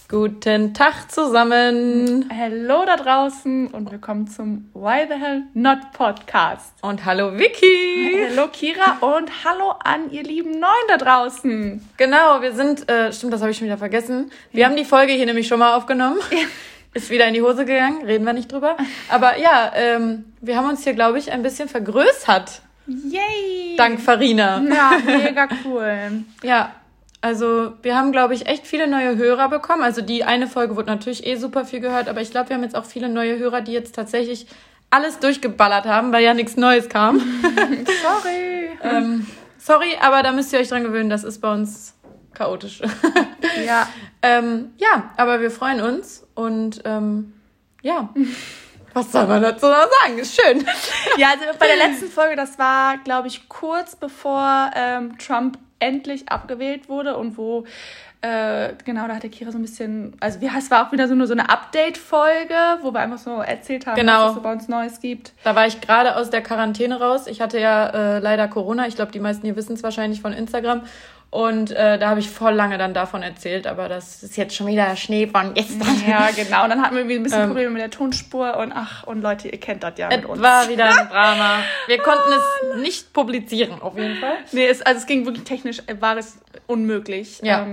Guten Tag zusammen. Hallo da draußen und willkommen zum Why the Hell Not Podcast. Und hallo Vicky. Hallo Kira und hallo an ihr lieben Neuen da draußen. Genau, wir sind, stimmt, das habe ich schon wieder vergessen. Wir haben die Folge hier nämlich schon mal aufgenommen. Ja. Ist wieder in die Hose gegangen, reden wir nicht drüber. Aber ja, wir haben uns hier, glaube ich, ein bisschen vergrößert. Yay! Dank Farina. Ja, mega cool. Ja. Also wir haben, glaube ich, echt viele neue Hörer bekommen. Also die eine Folge wurde natürlich super viel gehört, aber ich glaube, wir haben jetzt auch viele neue Hörer, die jetzt tatsächlich alles durchgeballert haben, weil ja nichts Neues kam. Sorry. Sorry, aber da müsst ihr euch dran gewöhnen, das ist bei uns chaotisch. Ja. Ja, aber wir freuen uns und ja, was soll man dazu noch sagen? Ist schön. Ja, also bei der letzten Folge, das war, glaube ich, kurz bevor Trump endlich abgewählt wurde und wo, genau, da hatte Kira so ein bisschen, also es war auch wieder nur so eine Update-Folge, wo wir einfach so erzählt haben, was es so bei uns Neues gibt. Da war ich gerade aus der Quarantäne raus. Ich hatte ja leider Corona. Ich glaube, die meisten hier wissen es wahrscheinlich von Instagram. Und da habe ich voll lange dann davon erzählt, aber das ist jetzt schon wieder Schnee von gestern. Ja, genau. Und dann hatten wir irgendwie ein bisschen Probleme mit der Tonspur und Leute, ihr kennt das ja mit uns. Es war wieder ein Drama. Wir konnten es nicht publizieren, auf jeden Fall. Nee, es ging wirklich technisch, war es unmöglich. Ja.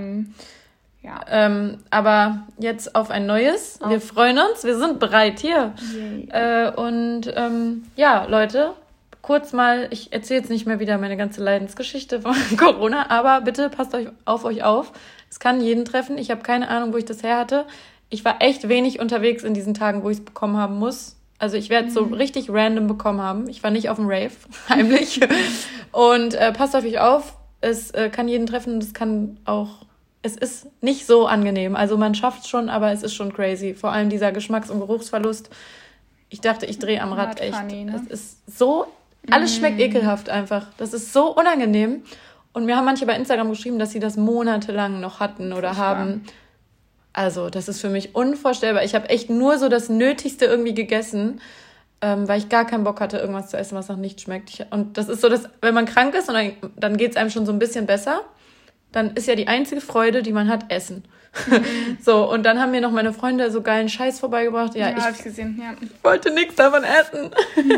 Aber jetzt auf ein neues. Wir freuen uns, wir sind bereit hier. Und ja, Leute, kurz mal, ich erzähle jetzt nicht mehr wieder meine ganze Leidensgeschichte von Corona, aber bitte passt euch auf. Es kann jeden treffen. Ich habe keine Ahnung, wo ich das her hatte. Ich war echt wenig unterwegs in diesen Tagen, wo ich es bekommen haben muss. Also ich werde es so richtig random bekommen haben. Ich war nicht auf dem Rave, heimlich. Und passt auf euch auf. Es kann jeden treffen und es ist nicht so angenehm. Also man schafft es schon, aber es ist schon crazy. Vor allem dieser Geschmacks- und Geruchsverlust. Ich dachte, ich drehe am Rad echt. Funny, ne? Es ist so... Alles schmeckt ekelhaft einfach. Das ist so unangenehm. Und mir haben manche bei Instagram geschrieben, dass sie das monatelang noch hatten oder haben. Also, das ist für mich unvorstellbar. Ich habe echt nur so das Nötigste irgendwie gegessen, weil ich gar keinen Bock hatte, irgendwas zu essen, was nach nichts schmeckt. Und das ist so, dass wenn man krank ist und dann geht es einem schon so ein bisschen besser, dann ist ja die einzige Freude, die man hat, Essen. So, und dann haben mir noch meine Freunde so geilen Scheiß vorbeigebracht. Ja, hab ich gesehen, ja. Ich wollte nichts davon essen.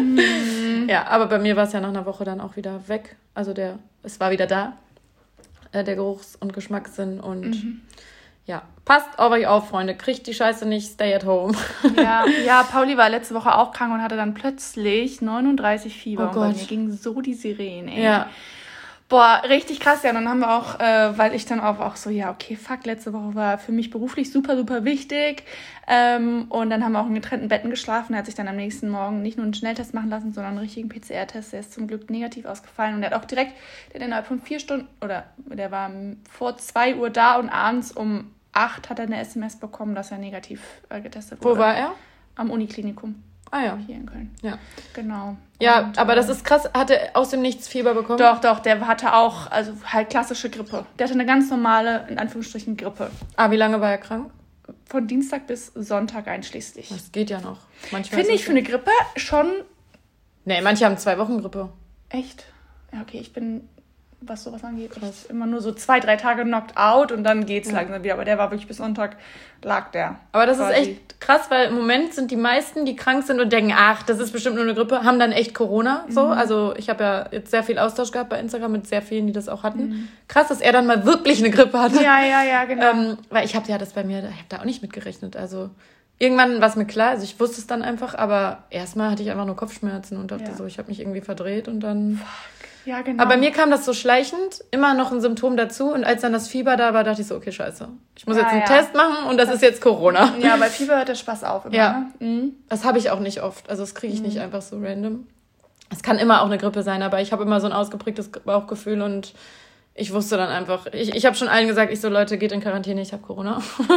Ja, aber bei mir war es ja nach einer Woche dann auch wieder weg. Also es war wieder da, der Geruchs- und Geschmackssinn. Und ja, passt auf euch auf, Freunde. Kriegt die Scheiße nicht, stay at home. Ja, Pauli war letzte Woche auch krank und hatte dann plötzlich 39 Fieber. Oh Gott. Und bei mir ging so die Sirene, ey. Ja. Boah, richtig krass, ja. Und dann haben wir auch, weil ich dann auch so, ja, okay, fuck, letzte Woche war für mich beruflich super, super wichtig. Und dann haben wir auch in getrennten Betten geschlafen. Er hat sich dann am nächsten Morgen nicht nur einen Schnelltest machen lassen, sondern einen richtigen PCR-Test. Der ist zum Glück negativ ausgefallen. Und er hat auch der hat innerhalb von 4 Stunden, oder der war vor 2 Uhr da und abends um 8 hat er eine SMS bekommen, dass er negativ getestet wurde. Wo war er? Am Uniklinikum. Ah ja. Hier in Köln. Ja. Genau. Ja, und, aber das ist krass. Hat er aus dem Nichts Fieber bekommen? Doch, der hatte auch, also halt klassische Grippe. Der hatte eine ganz normale, in Anführungsstrichen, Grippe. Ah, wie lange war er krank? Von Dienstag bis Sonntag einschließlich. Das geht ja noch. Manchmal Finde ich für eine Grippe schon... Nee, manche haben 2 Wochen Grippe. Echt? Ja, okay, ich bin, was sowas angeht, echt immer nur so 2-3 Tage knocked out und dann geht's langsam wieder. Aber der war wirklich bis Sonntag, lag der. Aber das quasi. ist echt krass, weil im Moment sind die meisten, die krank sind und denken, ach, das ist bestimmt nur eine Grippe, haben dann echt Corona. So. Also ich habe ja jetzt sehr viel Austausch gehabt bei Instagram mit sehr vielen, die das auch hatten. Krass, dass er dann mal wirklich eine Grippe hatte. Ja, genau. Weil ich habe ja das bei mir, ich habe da auch nicht mitgerechnet. Also irgendwann war es mir klar, also ich wusste es dann einfach, aber erstmal hatte ich einfach nur Kopfschmerzen und dachte so, ich habe mich irgendwie verdreht und dann... Ja, genau. Aber bei mir kam das so schleichend, immer noch ein Symptom dazu. Und als dann das Fieber da war, dachte ich so, okay, scheiße. Ich muss jetzt einen Test machen und das ist jetzt Corona. Ja, bei Fieber hört der Spaß auf immer. Ja, ne? Das habe ich auch nicht oft. Also das kriege ich nicht einfach so random. Es kann immer auch eine Grippe sein, aber ich habe immer so ein ausgeprägtes Bauchgefühl und ich wusste dann einfach, ich habe schon allen gesagt, ich so, Leute, geht in Quarantäne, ich habe Corona.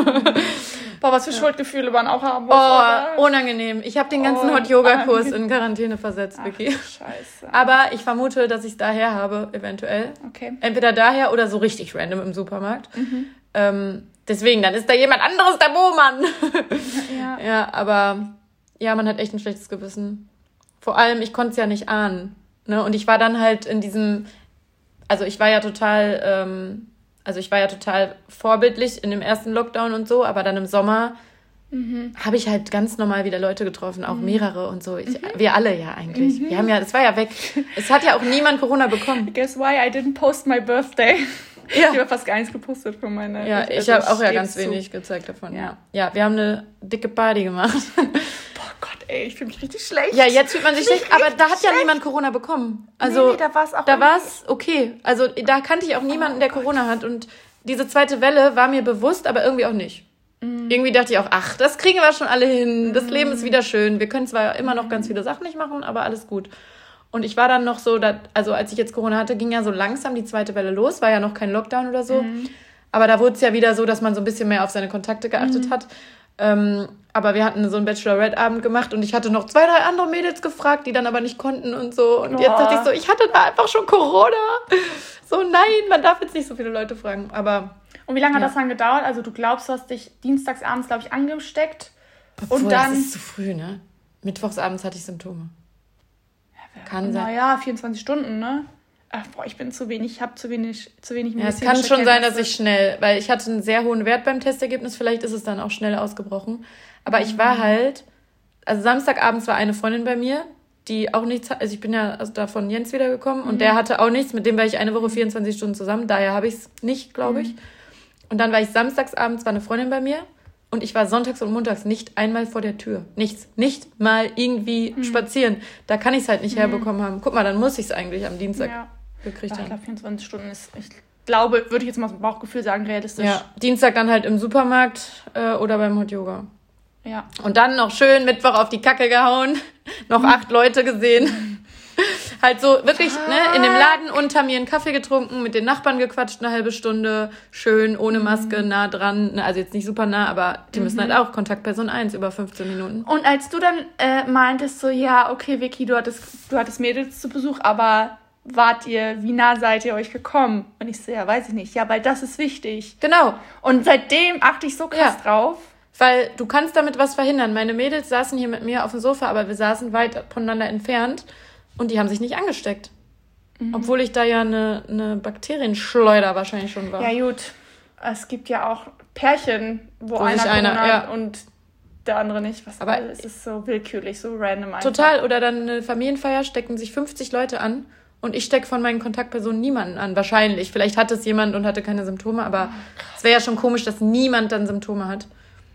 Boah, was für Schuldgefühle man auch haben muss. Oh, unangenehm. Ich habe den ganzen Hot-Yoga-Kurs in Quarantäne versetzt, Vicky. Scheiße. Aber ich vermute, dass ich es daher habe, eventuell. Okay. Entweder daher oder so richtig random im Supermarkt. Deswegen, dann ist da jemand anderes der Bohmann. Ja, aber ja, man hat echt ein schlechtes Gewissen. Vor allem, ich konnte es ja nicht ahnen. Ne? Und ich war dann halt in diesem... Also ich war ja total Also ich war ja total vorbildlich in dem ersten Lockdown und so, aber dann im Sommer habe ich halt ganz normal wieder Leute getroffen, auch mehrere und so. Wir alle ja eigentlich. Wir haben ja, das war ja weg. Es hat ja auch niemand Corona bekommen. Guess why I didn't post my birthday? Ja. Ich habe fast gar nichts gepostet von meiner. Ja, ich habe auch ja ganz wenig gezeigt davon. Ja, wir haben eine dicke Party gemacht. Boah Gott, ey, ich fühle mich richtig schlecht. Ja, jetzt fühlt man sich schlecht, aber da hat ja niemand Corona bekommen. Also nee, da war es auch. Da war es okay. Also da kannte ich auch niemanden, der Corona hat. Und diese zweite Welle war mir bewusst, aber irgendwie auch nicht. Irgendwie dachte ich auch, ach, das kriegen wir schon alle hin. Das Leben ist wieder schön. Wir können zwar immer noch ganz viele Sachen nicht machen, aber alles gut. Und ich war dann noch so, also als ich jetzt Corona hatte, ging ja so langsam die zweite Welle los. War ja noch kein Lockdown oder so. Aber da wurde es ja wieder so, dass man so ein bisschen mehr auf seine Kontakte geachtet hat. Aber wir hatten so einen Bachelorette-Abend gemacht und ich hatte noch 2, 3 andere Mädels gefragt, die dann aber nicht konnten und so. Und jetzt dachte ich so, ich hatte da einfach schon Corona. So, nein, man darf jetzt nicht so viele Leute fragen. Aber und wie lange hat das dann gedauert? Also du glaubst, du hast dich dienstagsabends, glaube ich, angesteckt. Obwohl, und dann... Das ist zu früh, ne? Mittwochsabends hatte ich Symptome. Kann sein. Naja, 24 Stunden, ne? Ach, boah, ich bin zu wenig, ich habe zu wenig Ja, es kann schon sein, dass ich schnell, weil ich hatte einen sehr hohen Wert beim Testergebnis, vielleicht ist es dann auch schnell ausgebrochen. Aber ich war halt, also Samstagabends war eine Freundin bei mir, die auch nichts hat, also ich bin ja da von Jens wiedergekommen und der hatte auch nichts, mit dem war ich eine Woche 24 Stunden zusammen, daher habe ich es nicht, glaube ich. Und dann war ich samstagsabends, war eine Freundin bei mir und ich war sonntags und montags nicht einmal vor der Tür. Nichts. Nicht mal irgendwie spazieren. Da kann ich es halt nicht herbekommen haben. Guck mal, dann muss ich es eigentlich am Dienstag gekriegt haben. Ich glaube, 24 Stunden ist, ich glaube, würde ich jetzt mal aus dem Bauchgefühl sagen, realistisch. Ja, Dienstag dann halt im Supermarkt oder beim Hot Yoga. Ja. Und dann noch schön Mittwoch auf die Kacke gehauen. Noch 8 Leute gesehen. Halt so wirklich, ne, in dem Laden unter mir einen Kaffee getrunken, mit den Nachbarn gequatscht, eine halbe Stunde, schön, ohne Maske, nah dran, ne, also jetzt nicht super nah, aber die müssen halt auch Kontaktperson 1 über 15 Minuten. Und als du dann meintest so, ja, okay, Vicky, du hattest Mädels zu Besuch, aber wie nah seid ihr euch gekommen? Und ich so, ja, weiß ich nicht. Ja, weil das ist wichtig. Genau. Und seitdem achte ich so krass drauf. Weil du kannst damit was verhindern. Meine Mädels saßen hier mit mir auf dem Sofa, aber wir saßen weit voneinander entfernt. Und die haben sich nicht angesteckt. Obwohl ich da ja eine Bakterienschleuder wahrscheinlich schon war. Ja gut, es gibt ja auch Pärchen, wo einer Corona hat und der andere nicht. Aber es ist so willkürlich, so random einfach. Total. Oder dann eine Familienfeier, stecken sich 50 Leute an und ich stecke von meinen Kontaktpersonen niemanden an. Wahrscheinlich. Vielleicht hat es jemand und hatte keine Symptome, aber es wäre ja schon komisch, dass niemand dann Symptome hat.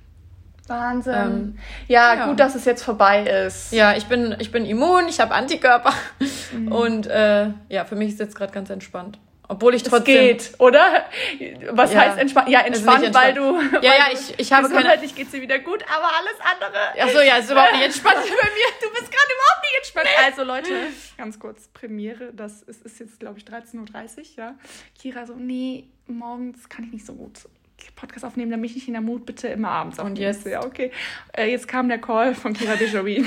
Wahnsinn. Ja, gut, dass es jetzt vorbei ist. Ja, ich bin immun, ich habe Antikörper und für mich ist jetzt gerade ganz entspannt. Obwohl ich trotzdem... Es geht, oder? Was heißt entspannt? Ja, entspannt, weil du... Ich habe gesundheitlich geht's dir wieder gut, aber alles andere... Ach so, ja, ist überhaupt nicht entspannt bei mir. Du bist gerade überhaupt nicht entspannt. Nee. Also Leute, ganz kurz, Premiere, das ist jetzt, glaube ich, 13.30 Uhr, ja. Kira so, nee, morgens kann ich nicht so gut Podcast aufnehmen, dann bin ich nicht in der Mut, bitte immer abends aufnehmen. Und jetzt? Ja, okay. Jetzt kam der Call von Kira Dejovi.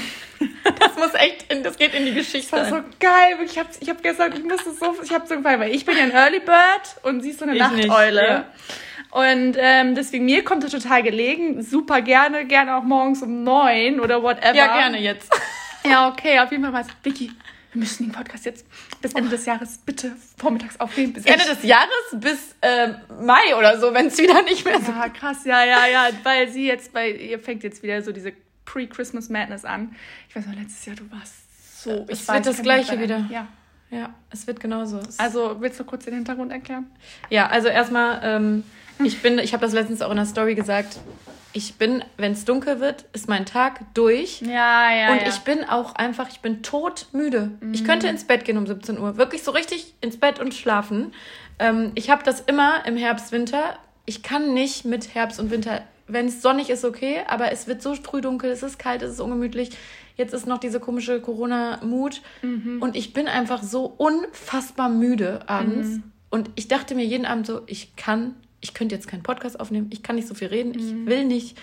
Das geht in die Geschichte. Das war so geil. Ich hab gestern, ich habe so gefallen, weil ich bin ja ein Early Bird und sie ist so eine Nachteule. Ja. Und deswegen, mir kommt es total gelegen. Super gerne auch morgens um 9 oder whatever. Ja, gerne jetzt. Ja, okay, auf jeden Fall mal Vicky, wir müssen den Podcast jetzt bis Ende des Jahres bitte vormittags aufnehmen. Bis Ende des Jahres? Bis Mai oder so, wenn es wieder nicht mehr so... Ja, krass, ja, weil ihr fängt jetzt wieder so diese Pre-Christmas Madness an. Ich weiß noch, letztes Jahr, du warst so... Es wird das Gleiche wieder. Ja, es wird genauso. Also, willst du kurz den Hintergrund erklären? Ja, also erstmal, ich habe das letztens auch in der Story gesagt, wenn es dunkel wird, ist mein Tag durch. Ja. Und ich bin todmüde. Ich könnte ins Bett gehen um 17 Uhr. Wirklich so richtig ins Bett und schlafen. Ich habe das immer im Herbst, Winter. Ich kann nicht mit Herbst und Winter, wenn es sonnig ist, okay, aber es wird so früh dunkel, es ist kalt, es ist ungemütlich. Jetzt ist noch diese komische Corona-Mut. Und ich bin einfach so unfassbar müde abends. Und ich dachte mir jeden Abend so, ich könnte jetzt keinen Podcast aufnehmen, ich kann nicht so viel reden, ich will nicht.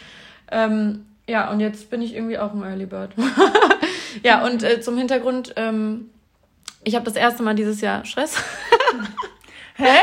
Und jetzt bin ich irgendwie auch ein Early Bird. Ja, und zum Hintergrund, ich habe das erste Mal dieses Jahr Stress. Hä?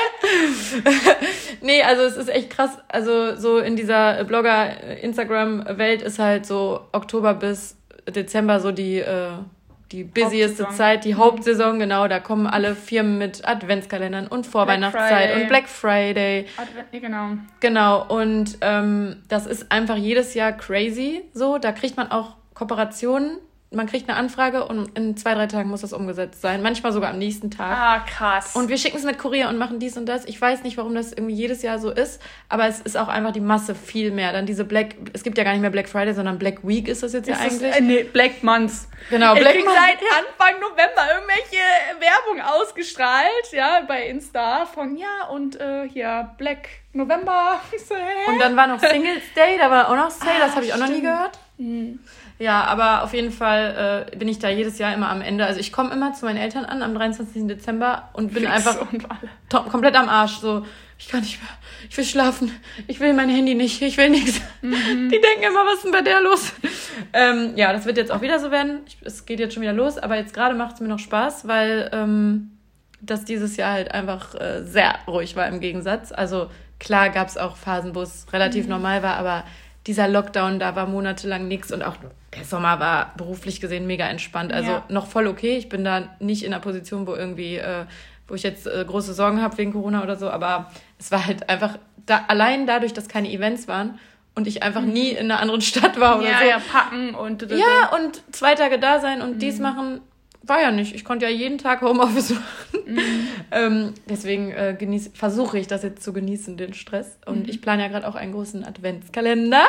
Nee, also es ist echt krass. Also so in dieser Blogger-Instagram-Welt ist halt so Oktober bis Dezember so die die busieste Zeit, die Hauptsaison, genau, da kommen alle Firmen mit Adventskalendern und Vorweihnachtszeit und Black Friday. Genau, und das ist einfach jedes Jahr crazy so, da kriegt man auch Kooperationen, man kriegt eine Anfrage und in 2-3 Tagen muss das umgesetzt sein, manchmal sogar am nächsten Tag. Ah, krass. Und wir schicken es mit Kurier und machen dies und das. Ich weiß nicht, warum das irgendwie jedes Jahr so ist, aber es ist auch einfach die Masse viel mehr. Dann es gibt ja gar nicht mehr Black Friday, sondern Black Week ist das jetzt ja eigentlich. Nee, Black Months. Genau, Black Months. Seit Anfang November irgendwelche Werbung ausgestrahlt, ja, bei Insta von, hier, Black November. Und dann war noch Singles Day, da war auch noch Sale, das habe ich auch noch nie gehört. Ja, aber auf jeden Fall bin ich da jedes Jahr immer am Ende. Also ich komme immer zu meinen Eltern an am 23. Dezember und bin einfach komplett am Arsch. So, ich kann nicht mehr, ich will schlafen, ich will mein Handy nicht, ich will nichts. Die denken immer, was ist denn bei der los? Ja, das wird jetzt auch wieder so werden. Es geht jetzt schon wieder los, aber jetzt gerade macht es mir noch Spaß, weil das dieses Jahr halt einfach sehr ruhig war im Gegensatz. Also klar gab es auch Phasen, wo es relativ normal war, aber dieser Lockdown, da war monatelang nichts und auch der Sommer war beruflich gesehen mega entspannt. Also noch voll okay. Ich bin da nicht in einer Position, wo irgendwie, wo ich jetzt große Sorgen habe wegen Corona oder so, aber es war halt einfach allein dadurch, dass keine Events waren und ich einfach nie in einer anderen Stadt war oder so. Ja, packen und... Ja, und 2 Tage da sein und dies machen, war ja nicht. Ich konnte ja jeden Tag Homeoffice machen. Deswegen versuche ich das jetzt zu genießen, den Stress. Und ich plane ja gerade auch einen großen Adventskalender.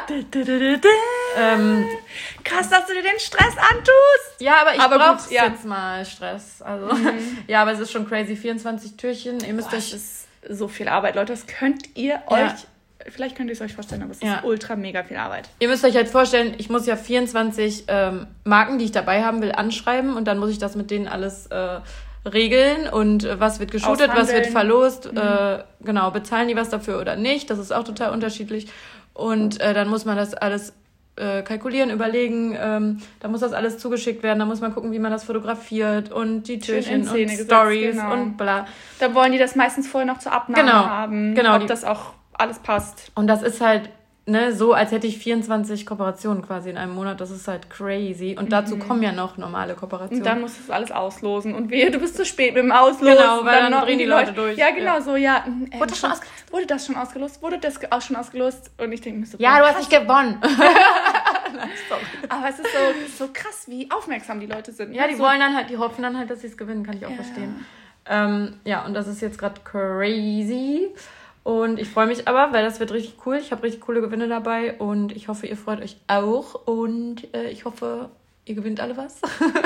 Krass, dass du dir den Stress antust. Ja, aber ich brauche jetzt mal Stress. Also, ja, aber es ist schon crazy. 24 Türchen. Ihr müsst euch... Das ist so viel Arbeit, Leute. Das könnt ihr euch... Vielleicht könnt ihr es euch vorstellen, aber es ist ultra mega viel Arbeit. Ihr müsst euch halt vorstellen, ich muss ja 24 Marken, die ich dabei haben will, anschreiben und dann muss ich das mit denen alles regeln und was wird geshootet, was wird verlost, genau, bezahlen die was dafür oder nicht, das ist auch total unterschiedlich und dann muss man das alles kalkulieren, überlegen, da muss das alles zugeschickt werden, da muss man gucken, wie man das fotografiert und die Türchen und Stories und bla. Da wollen die das meistens vorher noch zur Abnahme haben, ob das auch alles passt. Und das ist halt so, als hätte ich 24 Kooperationen quasi in einem Monat. Das ist halt crazy. Und dazu kommen ja noch normale Kooperationen. Und dann musst du das alles auslosen. Und wehe, du bist zu spät mit dem Auslosen. Genau, weil dann drehen die Leute durch. Ja, genau so, ja. Wurde das schon ausgelost? Wurde das schon ausgelost? Und ich denke mir so... Ja, du hast nicht gewonnen. Nein, sorry. Aber es ist so krass, wie aufmerksam die Leute sind. Ja, die wollen dann halt, die hoffen dann halt, dass sie es gewinnen. Kann ich auch verstehen. Ja, und das ist jetzt gerade crazy. Und ich freue mich aber, weil das wird richtig cool. Ich habe richtig coole Gewinne dabei und ich hoffe, ihr freut euch auch. Und ich hoffe, ihr gewinnt alle was.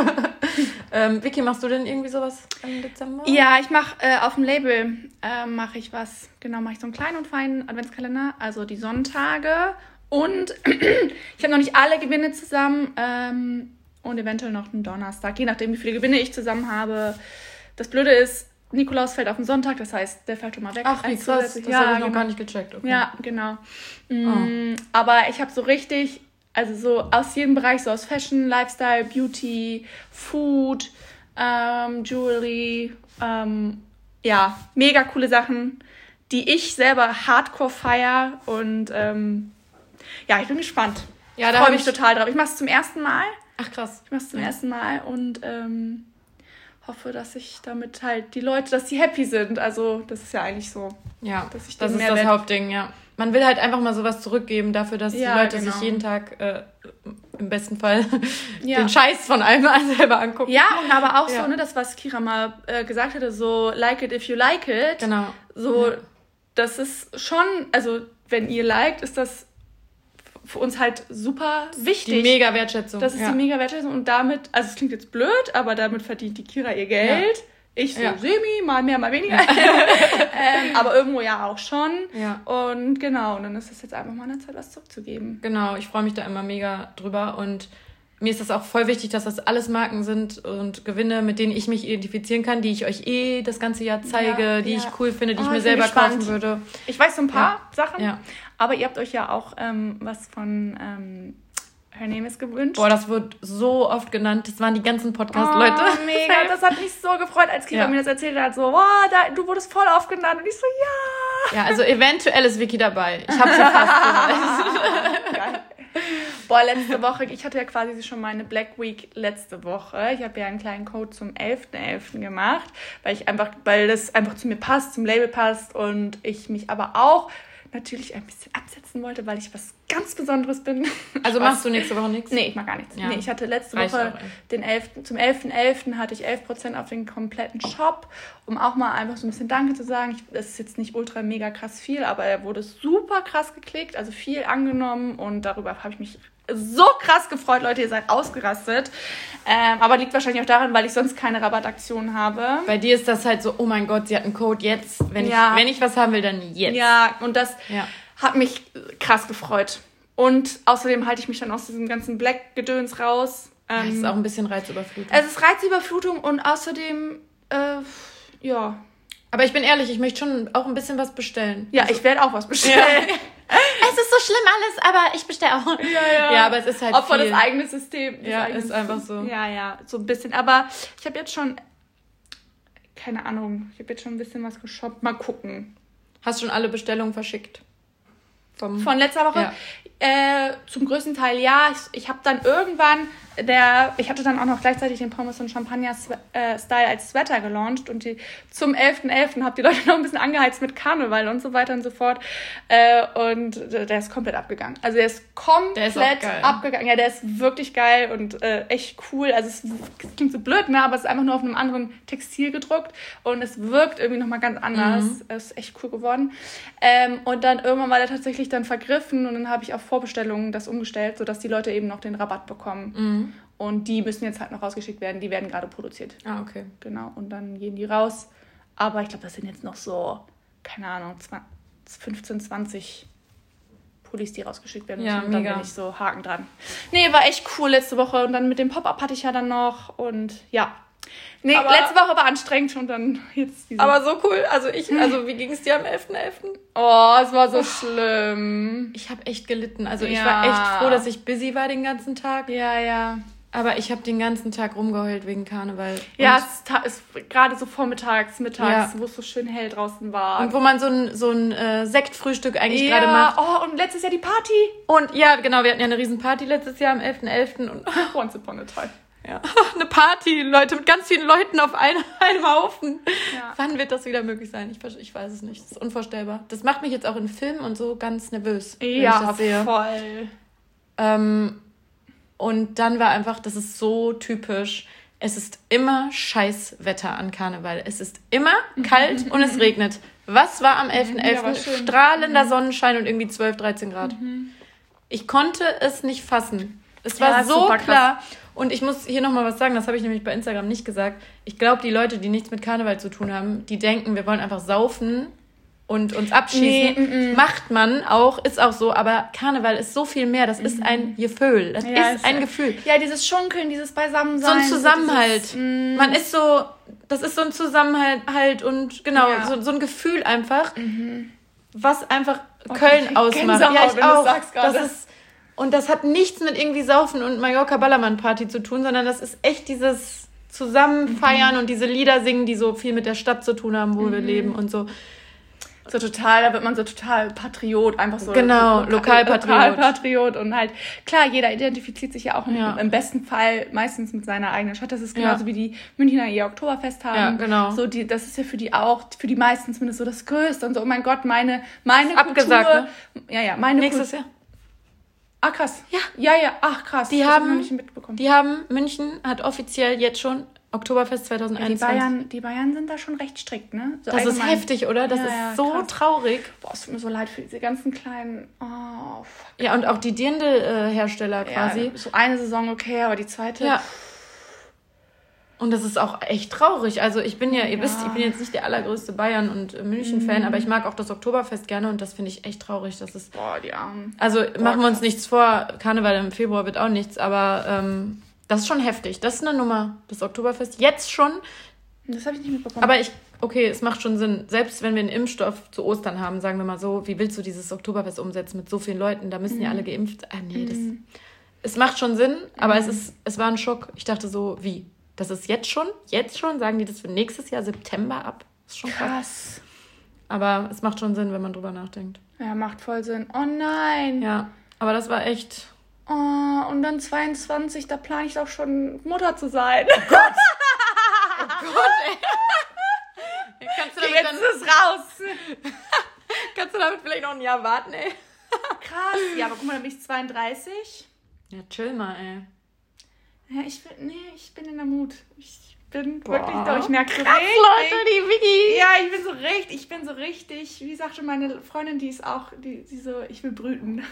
Vicky, machst du denn irgendwie sowas im Dezember? Ja, ich mache auf dem Label mache ich was. Genau, mache ich so einen kleinen und feinen Adventskalender. Also die Sonntage. Und ich habe noch nicht alle Gewinne zusammen. Und eventuell noch einen Donnerstag. Je nachdem, wie viele Gewinne ich zusammen habe. Das Blöde ist, Nikolaus fällt auf den Sonntag, das heißt, der fällt schon mal weg. Ach, wie krass, das habe ich noch gar nicht gecheckt. Okay. Ja, genau. Aber ich habe so richtig, also so aus jedem Bereich, so aus Fashion, Lifestyle, Beauty, Food, Jewelry, mega coole Sachen, die ich selber hardcore feiere und ich bin gespannt. Ja, da freue mich total drauf. Ich mache es zum ersten Mal. Ach, krass. Ich mache es zum ersten Mal und hoffe, dass ich damit halt die Leute, dass die happy sind. Also das ist ja eigentlich so. Ja, das ist das Hauptding, ja. Man will halt einfach mal sowas zurückgeben dafür, dass die Leute sich jeden Tag im besten Fall den Scheiß von einem selber angucken. Ja, und aber auch so, das, was Kira mal gesagt hatte, so like it if you like it. Genau. So, das ist schon, also wenn ihr liked, ist das für uns halt super wichtig. Die mega Wertschätzung. Das ist die mega Wertschätzung und damit, also es klingt jetzt blöd, aber damit verdient die Kira ihr Geld. Ja. Ich so semi, mal mehr, mal weniger. Aber irgendwo ja auch schon. Ja. Und genau, und dann ist es jetzt einfach mal eine Zeit, was zurückzugeben. Genau, ich freue mich da immer mega drüber und mir ist das auch voll wichtig, dass das alles Marken sind und Gewinne, mit denen ich mich identifizieren kann, die ich euch das ganze Jahr zeige, die ich cool finde, die ich mir selber kaufen würde. Ich weiß so ein paar Sachen, aber ihr habt euch ja auch was von Her Name is gewünscht. Boah, das wird so oft genannt. Das waren die ganzen Podcast-Leute. Oh, mega. Das hat mich so gefreut, als Kira mir das erzählt hat. So, du wurdest voll oft genannt. Und ich so, ja. Ja, also eventuell ist Vicky dabei. Ich habe sie fast gehört. Geil. Boah, letzte Woche, ich hatte ja quasi schon meine Black Week letzte Woche. Ich habe ja einen kleinen Code zum 11.11. gemacht, weil das einfach zu mir passt, zum Label passt und ich mich aber auch natürlich ein bisschen absetzen wollte, weil ich was ganz Besonderes bin. Also machst du nächste Woche nichts? Nee, ich mach gar nichts. Ja. Nee, ich hatte letzte Reicht Woche auch, zum 11.11. hatte ich 11% auf den kompletten Shop, um auch mal einfach so ein bisschen Danke zu sagen. Das ist jetzt nicht ultra mega krass viel, aber er wurde super krass geklickt, also viel angenommen und darüber habe ich mich so krass gefreut, Leute, ihr seid ausgerastet. Aber liegt wahrscheinlich auch daran, weil ich sonst keine Rabattaktion habe. Bei dir ist das halt so, oh mein Gott, sie hat einen Code jetzt. Wenn ich was haben will, dann jetzt. Ja, und das hat mich krass gefreut. Und außerdem halte ich mich dann aus diesem ganzen Black-Gedöns raus. Das ist auch ein bisschen Reizüberflutung. Es ist Reizüberflutung und außerdem, ja. Aber ich bin ehrlich, ich möchte schon auch ein bisschen was bestellen. Ja, also, ich werde auch was bestellen. Ja. Es ist so schlimm alles, aber ich bestelle auch. Ja, aber es ist halt Opfer das eigene System. Ja, ist einfach so. Ja, so ein bisschen. Aber ich habe jetzt schon, keine Ahnung, ich habe jetzt schon ein bisschen was geshoppt. Mal gucken. Hast du schon alle Bestellungen verschickt? Von letzter Woche? Ja. Zum größten Teil ja. Ich habe dann irgendwann, ich hatte dann auch noch gleichzeitig den Pommes und Champagner Style als Sweater gelauncht und zum 11.11. habe die Leute noch ein bisschen angeheizt mit Karneval und so weiter und so fort. Und der ist komplett abgegangen. Also der ist komplett abgegangen. Ja, der ist wirklich geil und echt cool. Also es klingt so blöd, ne? Aber es ist einfach nur auf einem anderen Textil gedruckt und es wirkt irgendwie nochmal ganz anders. Es ist echt cool geworden. Und dann irgendwann war der tatsächlich dann vergriffen und dann habe ich auf Vorbestellungen das umgestellt, sodass die Leute eben noch den Rabatt bekommen. Und die müssen jetzt halt noch rausgeschickt werden. Die werden gerade produziert. Ah, okay. Genau, und dann gehen die raus. Aber ich glaube, das sind jetzt noch so, keine Ahnung, 15, 20 Pullis, die rausgeschickt werden müssen. Ja, und dann bin ich so Haken dran. Nee, war echt cool letzte Woche. Und dann mit dem Pop-Up hatte ich ja dann noch. Und ja. Nee, aber letzte Woche war anstrengend und dann jetzt diese. Aber so cool. Also wie ging es dir am 11.11.? Oh, es war so schlimm. Ich habe echt gelitten. Also ich war echt froh, dass ich busy war den ganzen Tag. Ja. Aber ich habe den ganzen Tag rumgeheult wegen Karneval. Ja, es ist gerade so vormittags, mittags, wo es so schön hell draußen war. Und wo man so ein Sektfrühstück eigentlich gerade macht. Oh, und letztes Jahr die Party. Und ja, genau, wir hatten ja eine riesen Party letztes Jahr am 11.11. Und Once upon a time. Ja. Eine Party, Leute, mit ganz vielen Leuten auf einem Haufen. Ja. Wann wird das wieder möglich sein? Ich weiß es nicht. Das ist unvorstellbar. Das macht mich jetzt auch in Filmen und so ganz nervös, wenn ich das sehe. Voll. Und dann war einfach, das ist so typisch, es ist immer Scheißwetter an Karneval. Es ist immer kalt und es regnet. Was war am 11.11.? Strahlender Sonnenschein und irgendwie 12, 13 Grad. Ich konnte es nicht fassen. Es war so klar. Und ich muss hier nochmal was sagen, das habe ich nämlich bei Instagram nicht gesagt. Ich glaube, die Leute, die nichts mit Karneval zu tun haben, die denken, wir wollen einfach saufen und uns abschießen. Macht man auch, ist auch so, aber Karneval ist so viel mehr. Das ist ein Gefühl. Das ist ein Gefühl. Ja, dieses Schunkeln, dieses Beisammensein. So ein Zusammenhalt. Man ist so, das ist so ein Zusammenhalt und genau, so ein Gefühl einfach, was einfach Köln ausmacht. Ja, ich auch. Das ist, und das hat nichts mit irgendwie Saufen und Mallorca-Ballermann-Party zu tun, sondern das ist echt dieses Zusammenfeiern und diese Lieder singen, die so viel mit der Stadt zu tun haben, wo wir leben und so. So total, da wird man so total Patriot, einfach so. Genau, Lokalpatriot. Und halt, klar, jeder identifiziert sich ja auch im besten Fall meistens mit seiner eigenen Stadt. Das ist genauso wie die Münchner ihr Oktoberfest haben. Ja, genau. So das ist ja für die auch, für die meisten zumindest so das Größte. Und so, oh mein Gott, meine abgesagt, Kultur. Ne? Ja, meine nächstes Jahr. Ah, krass. Ja, ach krass. Die haben, München hat offiziell jetzt schon Oktoberfest 2021. Ja, die Bayern sind da schon recht strikt, ne? So das ist heftig, oder? Das ist so krass. Traurig. Boah, es tut mir so leid für diese ganzen kleinen... Oh, fuck. Ja, und auch die Dirndl-Hersteller quasi. So eine Saison okay, aber die zweite... Ja. Und das ist auch echt traurig. Also ich bin ihr wisst, ich bin jetzt nicht der allergrößte Bayern- und München-Fan, aber ich mag auch das Oktoberfest gerne und das finde ich echt traurig. Das ist, boah, die Armen. Also machen wir uns nichts vor, Karneval im Februar wird auch nichts, aber das ist schon heftig. Das ist eine Nummer, das Oktoberfest. Jetzt schon. Das habe ich nicht mitbekommen. Aber es macht schon Sinn. Selbst wenn wir einen Impfstoff zu Ostern haben, sagen wir mal so, wie willst du dieses Oktoberfest umsetzen mit so vielen Leuten? Da müssen ja alle geimpft. Es macht schon Sinn, aber es war ein Schock. Ich dachte so, wie? Das ist jetzt schon? Sagen die das für nächstes Jahr, September ab? Das ist schon krass. Aber es macht schon Sinn, wenn man drüber nachdenkt. Ja, macht voll Sinn. Oh nein. Ja, aber das war echt Oh, und dann 22, da plane ich doch schon Mutter zu sein. Oh Gott! Oh Gott, ey. Kannst du damit jetzt ist es raus. Kannst du damit vielleicht noch ein Jahr warten, ey? Krass. Ja, aber guck mal, dann bin ich 32. Ja, chill mal, ey. Ja, ich bin in der Mut. Ich bin wirklich doch, ich merke so krass, richtig. Leute, die Vicky. Ja, ich bin so richtig, wie sagte meine Freundin, die ist auch, die so, ich will brüten.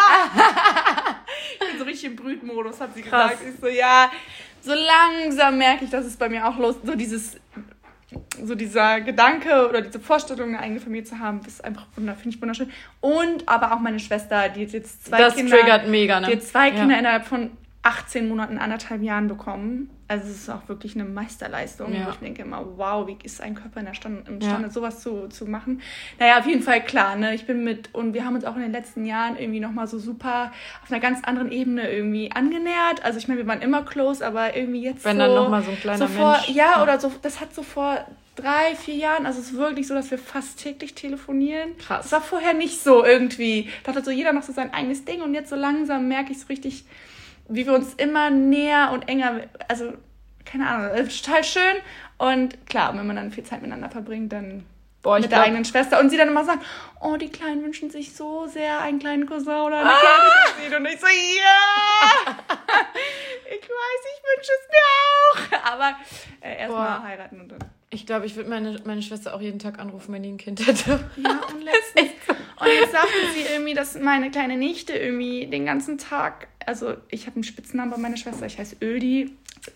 Ich bin so richtig im Brütmodus, hat sie krass. gesagt. Ich so, ja, so langsam merke ich, dass es bei mir auch los, so dieser Gedanke oder diese Vorstellung, eine eigene Familie zu haben, ist einfach finde ich wunderschön. Und aber auch meine Schwester, die jetzt 2 Kinder. Das triggert mega, ne? Die hat 2 Kinder innerhalb von 18 Monaten, 1,5 Jahren bekommen. Also es ist auch wirklich eine Meisterleistung. Wo ich denke immer, wow, wie ist ein Körper imstande, sowas zu machen. Naja, auf jeden Fall klar, ne? Und wir haben uns auch in den letzten Jahren irgendwie nochmal so super auf einer ganz anderen Ebene irgendwie angenähert. Also ich meine, wir waren immer close, aber irgendwie jetzt wenn dann nochmal so ein kleiner Mensch. Ja, oder so, das hat so vor 3, 4 Jahren, also es ist wirklich so, dass wir fast täglich telefonieren. Krass. Das war vorher nicht so irgendwie. Da hatte so jeder noch so sein eigenes Ding und jetzt so langsam merke ich so richtig, wie wir uns immer näher und enger, also keine Ahnung, das ist total schön. Und klar, wenn man dann viel Zeit miteinander verbringt, dann mit der eigenen Schwester und sie dann immer sagen, oh, die Kleinen wünschen sich so sehr einen kleinen Cousin oder eine kleine Cousine. Und ich so, ja, ich weiß, ich wünsche es mir auch. Aber erstmal heiraten und dann. Ich glaube, ich würde meine Schwester auch jeden Tag anrufen, wenn die ein Kind hätte. Ja, und letztens. Und jetzt sagte sie irgendwie, dass meine kleine Nichte irgendwie den ganzen Tag, also ich habe einen Spitznamen bei meiner Schwester, ich heiße Öldi.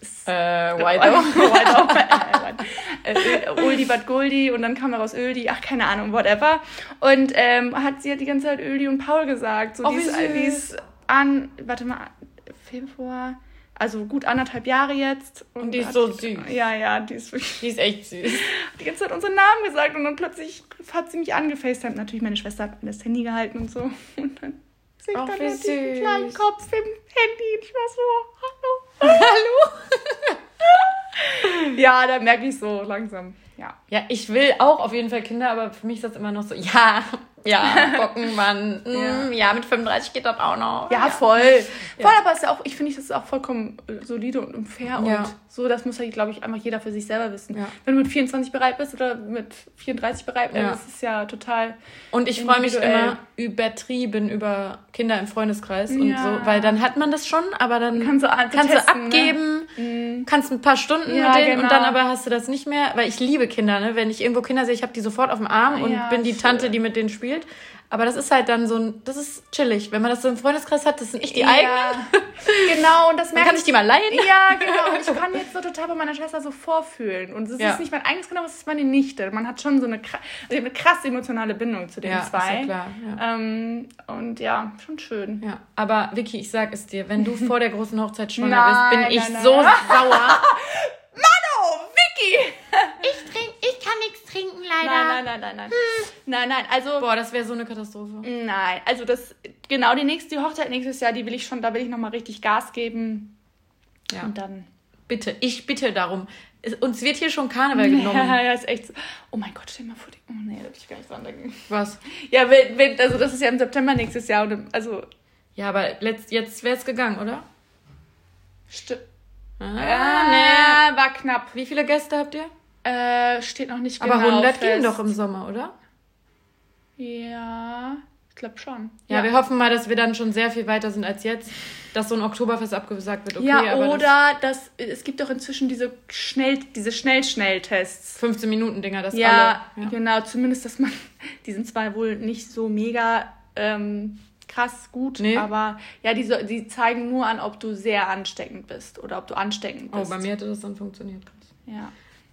Uldi Bad Guldi und dann kam daraus Öldi, ach keine Ahnung, whatever. Und sie hat die ganze Zeit Öldi und Paul gesagt. So, die ist Februar, also gut 1,5 Jahre jetzt. Und die ist so süß. Ja, die ist wirklich. Die ist echt süß. Die ganze Zeit unseren Namen gesagt und dann plötzlich hat sie mich angefacetimed. Natürlich, meine Schwester hat mir das Handy gehalten und so. Und dann sehe ich dann nur diesen kleinen Kopf im Handy und ich war so, hallo. Ja, da merke ich so langsam, ja. Ja, ich will auch auf jeden Fall Kinder, aber für mich ist das immer noch so, gucken, Mann. Ja, mit 35 geht das auch noch. Ja, voll. Voll, aber ist ja auch, ich finde, das ist auch vollkommen solide und fair und so, das muss halt, glaube ich, einfach jeder für sich selber wissen. Ja. Wenn du mit 24 bereit bist oder mit 34 bereit bist, das ist ja total. Und ich freue mich immer übertrieben über Kinder im Freundeskreis und so, weil dann hat man das schon, aber dann kannst du abgeben, kannst ein paar Stunden mit denen und dann aber hast du das nicht mehr, weil ich liebe Kinder, ne? Wenn ich irgendwo Kinder sehe, ich habe die sofort auf dem Arm und bin die Tante, die mit denen spielt. Aber das ist halt dann so das ist chillig. Wenn man das so im Freundeskreis hat, das sind echt die eigenen. Genau, und das merke ich. Kann ich die mal leiden? Ja, genau. Und ich kann jetzt so total bei meiner Schwester so vorfühlen. Und es ist nicht mein eigenes Kind, aber es ist meine Nichte. Man hat schon so eine krass emotionale Bindung zu den zwei. Ist ja klar. Und ja, schon schön. Ja, aber Vicky, ich sag es dir, wenn du vor der großen Hochzeit schwanger bist, bin ich so sauer. Mano, Vicky! Ich kann nichts trinken, leider. Nein, also. Boah, das wäre so eine Katastrophe. Nein, also die Hochzeit nächstes Jahr, da will ich nochmal richtig Gas geben. Ja. Und dann. Bitte, ich bitte darum. Uns wird hier schon Karneval genommen. Ja, ist echt so. Oh mein Gott, stell mal vor. Oh nee, da will ich gar nicht dran denken. Was? Ja, also das ist ja im September nächstes Jahr. Ja, aber jetzt wäre es gegangen, oder? Stimmt. Nee. War knapp. Wie viele Gäste habt ihr? Steht noch nicht genau aber 100 fest. gehen doch im Sommer, oder? Ja, ich glaube schon. Ja, wir hoffen mal, dass wir dann schon sehr viel weiter sind als jetzt, dass so ein Oktoberfest abgesagt wird. Okay, ja, aber oder es gibt doch inzwischen diese Schnelltests. 15-Minuten-Dinger, das alle. Ja, genau, zumindest, dass man, die sind zwar wohl nicht so mega krass gut, aber ja, die zeigen nur an, ob du sehr ansteckend bist oder ob du ansteckend bist. Oh, bei mir hätte das dann funktioniert. Ja.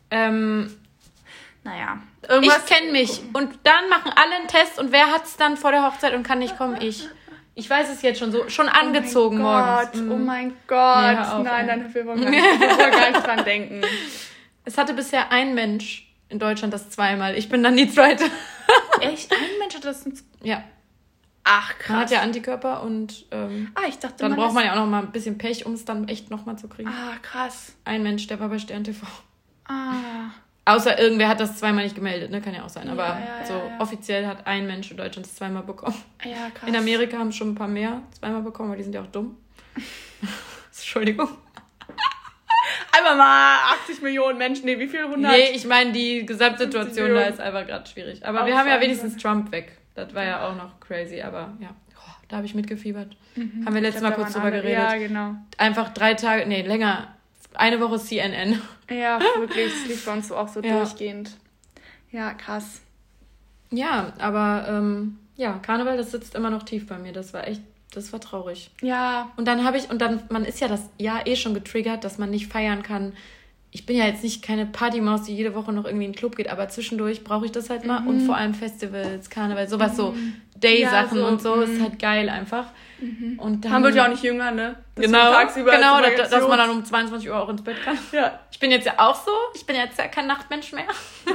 Naja. Ich kenne mich. Und dann machen alle einen Test und wer hat es dann vor der Hochzeit und kann nicht kommen? Ich weiß es jetzt schon so. Schon angezogen morgens. Oh mein Gott. Nee, nein, wir wollen gar nicht dran denken. Es hatte bisher ein Mensch in Deutschland das zweimal. Ich bin dann die zweite. Echt? Ein Mensch hat das? Ja. Ach, krass. Man hat ja Antikörper und ich dachte, dann braucht man ja auch noch mal ein bisschen Pech, um es dann echt noch mal zu kriegen. Ah, krass. Ein Mensch, der war bei Stern TV. Außer irgendwer hat das zweimal nicht gemeldet, ne? Kann ja auch sein. Aber offiziell hat ein Mensch in Deutschland es zweimal bekommen. Ja, krass. In Amerika haben schon ein paar mehr zweimal bekommen, aber die sind ja auch dumm. Entschuldigung. Einfach mal 80 Millionen Menschen, nee, wie viel? 100? Nee, ich meine, die Gesamtsituation da ist einfach gerade schwierig. Aber wir haben ja wenigstens Trump weg. Das war ja auch noch crazy, aber ja. Oh, da habe ich mitgefiebert. Haben wir letztes Mal kurz drüber geredet. Ja, genau. Einfach 3 Tage, nee, länger. Eine Woche CNN. Ja, wirklich. Es lief bei uns auch so durchgehend. Ja, krass. Ja, aber Karneval, das sitzt immer noch tief bei mir. Das war traurig. Ja. Und dann man ist ja das Jahr schon getriggert, dass man nicht feiern kann. Ich bin ja jetzt nicht keine Partymaus, die jede Woche noch irgendwie in den Club geht, aber zwischendurch brauche ich das halt mal. Und vor allem Festivals, Karneval, sowas so Day-Sachen und so, ist halt geil einfach. Und dann, man wird ja auch nicht jünger, ne? Genau, dass man dann um 22 Uhr auch ins Bett kann. Ja. Ich bin jetzt ja auch so, ich bin jetzt ja kein Nachtmensch mehr.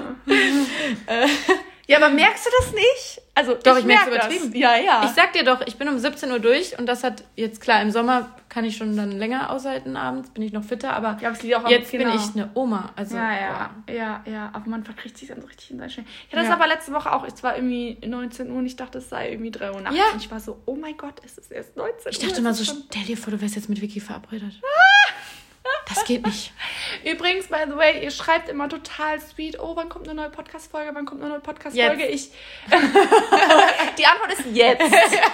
Ja, aber merkst du das nicht? Also doch, ich merke es übertrieben. Das. Ja. Ich sag dir doch, ich bin um 17 Uhr durch und das hat jetzt, klar, im Sommer kann ich schon dann länger aushalten abends, bin ich noch fitter, aber jetzt bin ich eine Oma. Also, ja, aber man verkriegt sich dann so richtig in sein Schnee. Ich hatte das aber letzte Woche auch, es war irgendwie 19 Uhr und ich dachte, es sei irgendwie 3 Uhr nachts und ich war so, oh mein Gott, es ist erst 19 Uhr. Ich dachte mal so, stell dir vor, du wärst jetzt mit Vicky verabredet. Das geht nicht. Übrigens, by the way, ihr schreibt immer total sweet, oh, wann kommt eine neue Podcast-Folge, Die Antwort ist jetzt.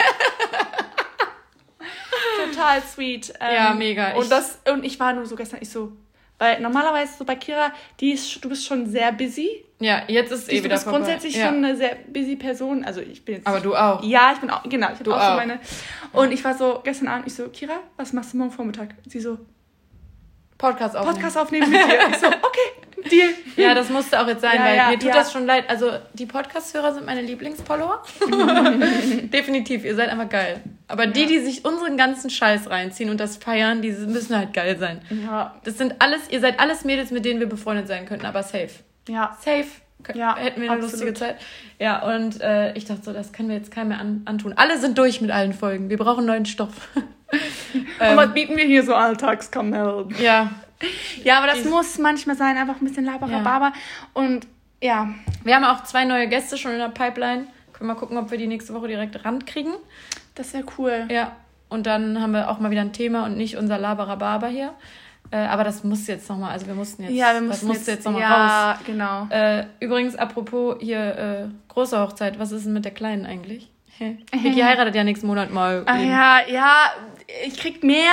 Total sweet. Ja, mega. Und ich war nur so gestern, weil normalerweise so bei Kira, du bist schon sehr busy. Ja, jetzt ist wieder vorbei. Du bist grundsätzlich schon eine sehr busy Person. Also ich bin jetzt... Aber du auch. Ja, ich bin auch, genau. Ich habe auch so meine... Und ich war so gestern Abend, Kira, was machst du morgen Vormittag? Sie so... Podcast aufnehmen mit dir. Ich so, okay, Deal. Ja, das musste auch jetzt sein, weil mir tut das schon leid. Also die Podcast-Hörer sind meine Lieblingsfollower. Definitiv, ihr seid einfach geil. Aber die sich unseren ganzen Scheiß reinziehen und das feiern, die müssen halt geil sein. Ja. Ihr seid alles Mädels, mit denen wir befreundet sein könnten, aber safe. Ja. Safe. Ja, hätten wir eine lustige Zeit. Ja, und ich dachte so, das können wir jetzt keinem mehr antun. Alle sind durch mit allen Folgen. Wir brauchen neuen Stoff. Und was bieten wir hier so Alltagskamellen? Ja. Ja, aber das muss manchmal sein, einfach ein bisschen Laberababa. Und ja. Wir haben auch 2 neue Gäste schon in der Pipeline. Können wir mal gucken, ob wir die nächste Woche direkt rankriegen. Das wäre cool. Ja. Und dann haben wir auch mal wieder ein Thema und nicht unser Laberababa hier. Aber das muss jetzt nochmal, also wir mussten jetzt, das musste jetzt nochmal raus. Ja, genau. Übrigens, apropos hier, große Hochzeit, was ist denn mit der Kleinen eigentlich? Vicky heiratet ja nächsten Monat mal. Ja, ich krieg mehr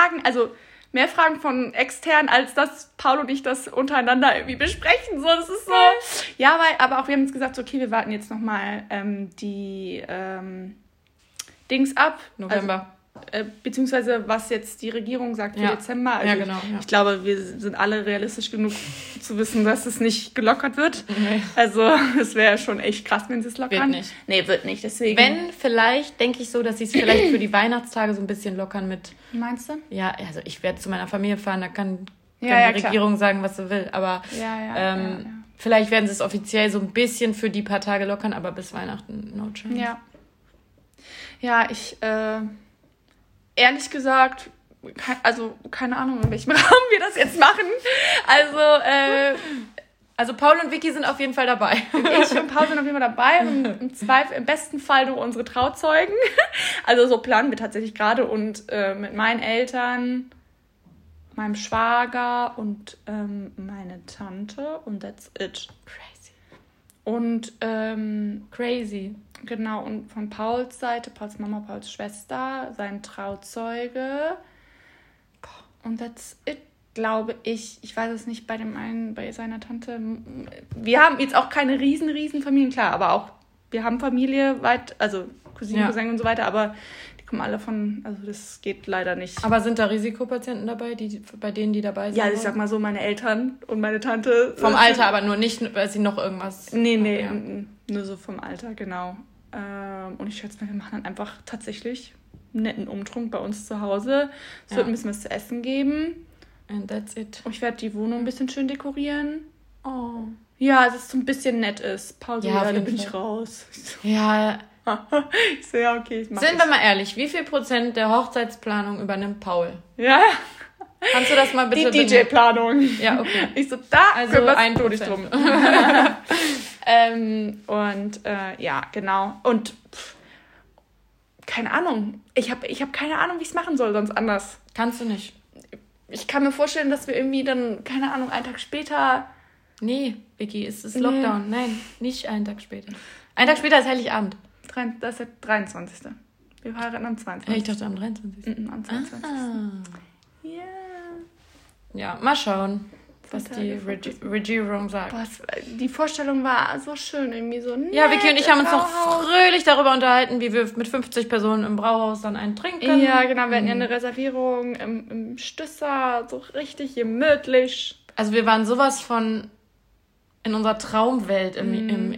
Fragen von extern, als dass Paul und ich das untereinander irgendwie besprechen. So, das ist so. Ja, aber auch wir haben jetzt gesagt, okay, wir warten jetzt nochmal die Dings ab. November. Beziehungsweise was jetzt die Regierung sagt für Dezember. Also genau. Ja. Ich glaube, wir sind alle realistisch genug zu wissen, dass es nicht gelockert wird. Nee. Also es wäre schon echt krass, wenn sie es lockern. Wird nicht. Nee, wird nicht. Deswegen. Wenn, vielleicht, denke ich so, dass sie es vielleicht für die Weihnachtstage so ein bisschen lockern mit... Meinst du? Ja, also ich werde zu meiner Familie fahren, da kann die Regierung sagen, was sie will. Aber vielleicht werden sie es offiziell so ein bisschen für die paar Tage lockern, aber bis Weihnachten no chance. Ja. Ja, ich... ehrlich gesagt, keine Ahnung, in welchem Rahmen wir das jetzt machen. Also Paul und Vicky sind auf jeden Fall dabei. Ich und Paul sind auf jeden Fall dabei und im besten Fall nur unsere Trauzeugen. Also so planen wir tatsächlich gerade und mit meinen Eltern, meinem Schwager und meine Tante und that's it. Crazy. Und crazy. Genau, und von Pauls Seite, Pauls Mama, Pauls Schwester, sein Trauzeuge. Und that's it, glaube ich. Ich weiß es nicht, bei dem einen, bei seiner Tante. Wir haben jetzt auch keine riesen Familien, klar, aber auch, wir haben Familie also Cousinen, Cousin und so weiter, aber die kommen alle also das geht leider nicht. Aber sind da Risikopatienten dabei, bei denen die dabei sind? Ja, ich sag mal so, meine Eltern und meine Tante. Vom Alter, aber nur nicht, weil sie noch irgendwas... Nee, nur so vom Alter, genau. Und ich schätze mal, wir machen dann einfach tatsächlich einen netten Umtrunk bei uns zu Hause. Es wird ein bisschen was zu essen geben. And that's it. Und ich werde die Wohnung ein bisschen schön dekorieren. Oh. Ja, dass es so ein bisschen nett ist. Paul, da bin ich raus. Ja. Ich so, okay, ich mach Sind wir mal ehrlich, wie viel % der Hochzeitsplanung übernimmt Paul? Ja. Kannst du das mal bitte... Die DJ-Planung. Ja, okay. Ich so, da also kümmerst ein du dich drum. Ja, genau. Und keine Ahnung. Ich hab keine Ahnung, wie ich es machen soll, sonst anders. Kannst du nicht. Ich kann mir vorstellen, dass wir irgendwie dann, keine Ahnung, einen Tag später... Nee, Vicky, es ist Lockdown. Nee. Nein, nicht einen Tag später. Ein Tag später ist Heiligabend. Das ist der 23. Wir heiraten am 22. Ich dachte am 23. Am 22. Ja. Ja, mal schauen, was die Regierung sagt. Boah, die Vorstellung war so schön, irgendwie so nett. Ja, Vicky und ich haben uns noch fröhlich darüber unterhalten, wie wir mit 50 Personen im Brauhaus dann einen trinken. Ja, genau, wir hatten ja eine Reservierung im Stüsser, so richtig gemütlich. Also wir waren sowas von in unserer Traumwelt im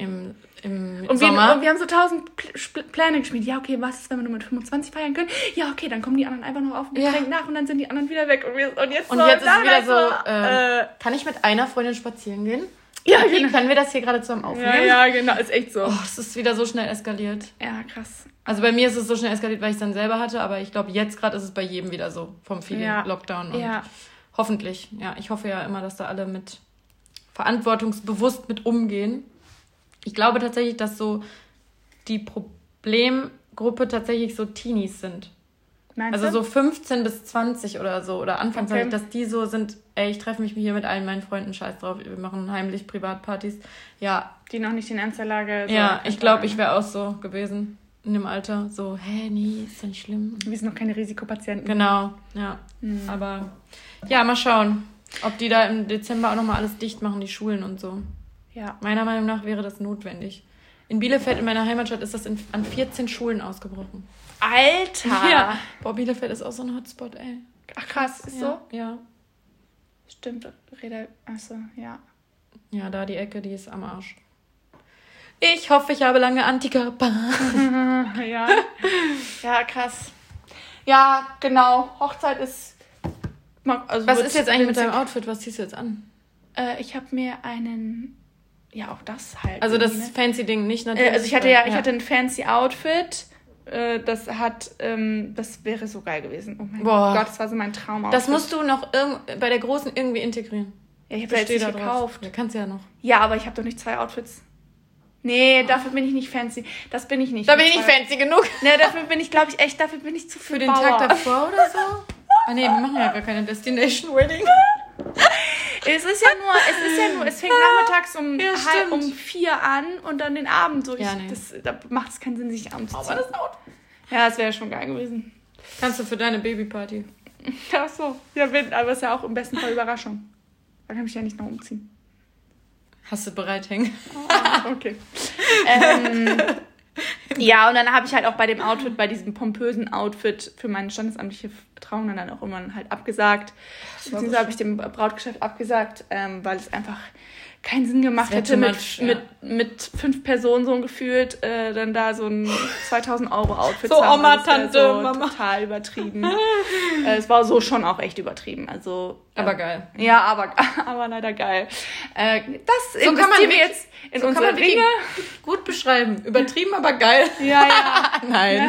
Sommer. Und wir haben so 1000 Pläne geschmiedet. Ja, okay, was ist, wenn wir nur mit 25 feiern können? Ja, okay, dann kommen die anderen einfach noch auf und trinken nach und dann sind die anderen wieder weg. Und jetzt ist es wieder so, kann ich mit einer Freundin spazieren gehen? Ja, okay, genau. Können wir das hier gerade zusammen aufnehmen? Ja, genau, ist echt so. Oh, es ist wieder so schnell eskaliert. Ja, krass. Also bei mir ist es so schnell eskaliert, weil ich es dann selber hatte, aber ich glaube, jetzt gerade ist es bei jedem wieder so vom Feeling Lockdown. Und hoffentlich. Ja, ich hoffe ja immer, dass da alle mit verantwortungsbewusst mit umgehen. Ich glaube tatsächlich, dass so die Problemgruppe tatsächlich so Teenies sind. Meinst also du? so 15 bis 20 oder so oder Anfang 20, dass die so sind, ey, ich treffe mich hier mit allen meinen Freunden, scheiß drauf, wir machen heimlich Privatpartys. Ja. Die noch nicht in Ernst der Lage. Ja, ich glaube, ich wäre auch so gewesen in dem Alter. So, nee, ist ja nicht schlimm. Wir sind noch keine Risikopatienten. Genau, ja. Aber ja, mal schauen, ob die da im Dezember auch nochmal alles dicht machen, die Schulen und so. Ja. Meiner Meinung nach wäre das notwendig. In Bielefeld, in meiner Heimatstadt, ist das an 14 Schulen ausgebrochen. Alter! Ja. Boah, Bielefeld ist auch so ein Hotspot, ey. Ach krass, ist so? Ja. Stimmt, achso, ja. Ja, da die Ecke, die ist am Arsch. Ich hoffe, ich habe lange Antikörper. Ja. Ja, krass. Ja, genau. Hochzeit ist... Also was ist jetzt eigentlich mit deinem Outfit? Was ziehst du jetzt an? Ich habe mir einen... Ja, auch das halt. Also das fancy Ding nicht natürlich. Also ich hatte ein fancy Outfit. Das wäre so geil gewesen. Oh mein Gott, das war so mein Traumoutfit. Das musst du noch bei der Großen irgendwie integrieren. Ja, ich habe das jetzt nicht gekauft. Ja, kannst du ja noch. Ja, aber ich habe doch nicht 2 Outfits. Nee, dafür bin ich nicht fancy. Das bin ich nicht. Da bin ich nicht fancy genug. Nee, dafür bin ich, glaube ich, echt, dafür bin ich zu viel für den Tag davor oder so? Ah nee, wir machen ja gar keine Destination Wedding. Es fängt nachmittags um 4 an und dann den Abend so. Da macht es keinen Sinn, sich abends zu ziehen. Ja, das wäre schon geil gewesen. Kannst du für deine Babyparty. Ach so. Ja, aber ist ja auch im besten Fall Überraschung. Da kann ich ja nicht noch umziehen. Hast du bereit hängen? Oh, okay. Ja, und dann habe ich halt auch bei diesem pompösen Outfit für meine standesamtliche Trauung dann auch immer halt abgesagt. Beziehungsweise habe ich dem Brautgeschäft abgesagt, weil es einfach keinen Sinn gemacht hätte, mit 5 Personen so gefühlt, dann da so ein 2.000 € Outfit so zu haben. Oma, Tante, so Mama. Total übertrieben. Es war so schon auch echt übertrieben. Also, aber geil. Ja, aber leider geil. Das so kann man wir jetzt in so unsere Ringe. Gut beschreiben. Übertrieben, aber geil. Ja. Nein.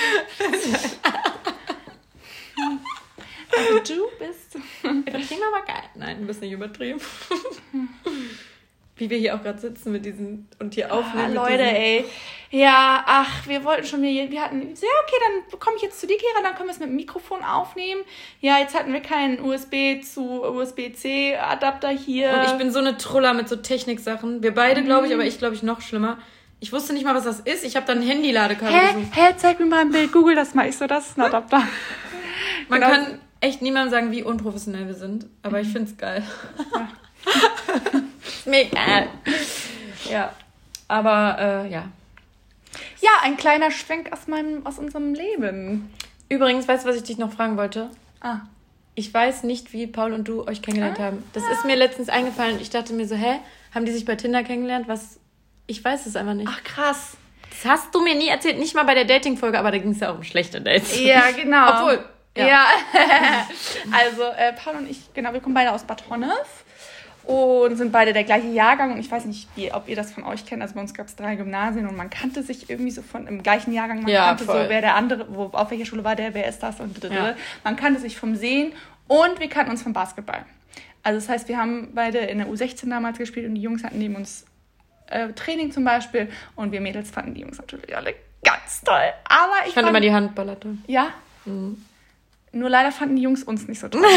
Also du bist übertrieben, aber geil. Nein, du bist nicht übertrieben. Wie wir hier auch gerade sitzen mit diesen und hier aufnehmen. Leute, ey. Ja, wir wollten schon wieder, wir hatten, ja, okay, dann komme ich jetzt zu dir, Kira, dann können wir es mit dem Mikrofon aufnehmen. Ja, jetzt hatten wir keinen USB zu USB-C Adapter hier. Und ich bin so eine Truller mit so Techniksachen. Wir beide, glaube ich, aber ich glaube ich noch schlimmer. Ich wusste nicht mal, was das ist. Ich habe dann ein Handy-Ladekabel gesucht. Hä, zeig mir mal ein Bild, google das mal. Ich so, das ist ein Adapter. Man kann echt niemandem sagen, wie unprofessionell wir sind, aber ich finde es geil. Ja. Ist mir egal. Ja, aber ja. Ja, ein kleiner Schwenk aus unserem Leben. Übrigens, weißt du, was ich dich noch fragen wollte? Ich weiß nicht, wie Paul und du euch kennengelernt haben. Das ist mir letztens eingefallen. Ich dachte mir so, haben die sich bei Tinder kennengelernt? Ich weiß es einfach nicht. Ach, krass. Das hast du mir nie erzählt, nicht mal bei der Dating-Folge, aber da ging es ja auch um schlechte Dates. Ja, genau. Obwohl, ja. Also, Paul und ich, genau, wir kommen beide aus Bad Honnef und sind beide der gleiche Jahrgang. Und ich weiß nicht, ob ihr das von euch kennt. Also bei uns gab es 3 Gymnasien und man kannte sich irgendwie so im gleichen Jahrgang. Man kannte voll. So, wer der andere, auf welcher Schule war der, wer ist das und ja. Man kannte sich vom Sehen Und wir kannten uns vom Basketball. Also das heißt, wir haben beide in der U16 damals gespielt und die Jungs hatten neben uns Training zum Beispiel und wir Mädels fanden die Jungs natürlich alle ganz toll. Aber ich fand immer die Handballer toll. Ja? Mhm. Nur leider fanden die Jungs uns nicht so toll.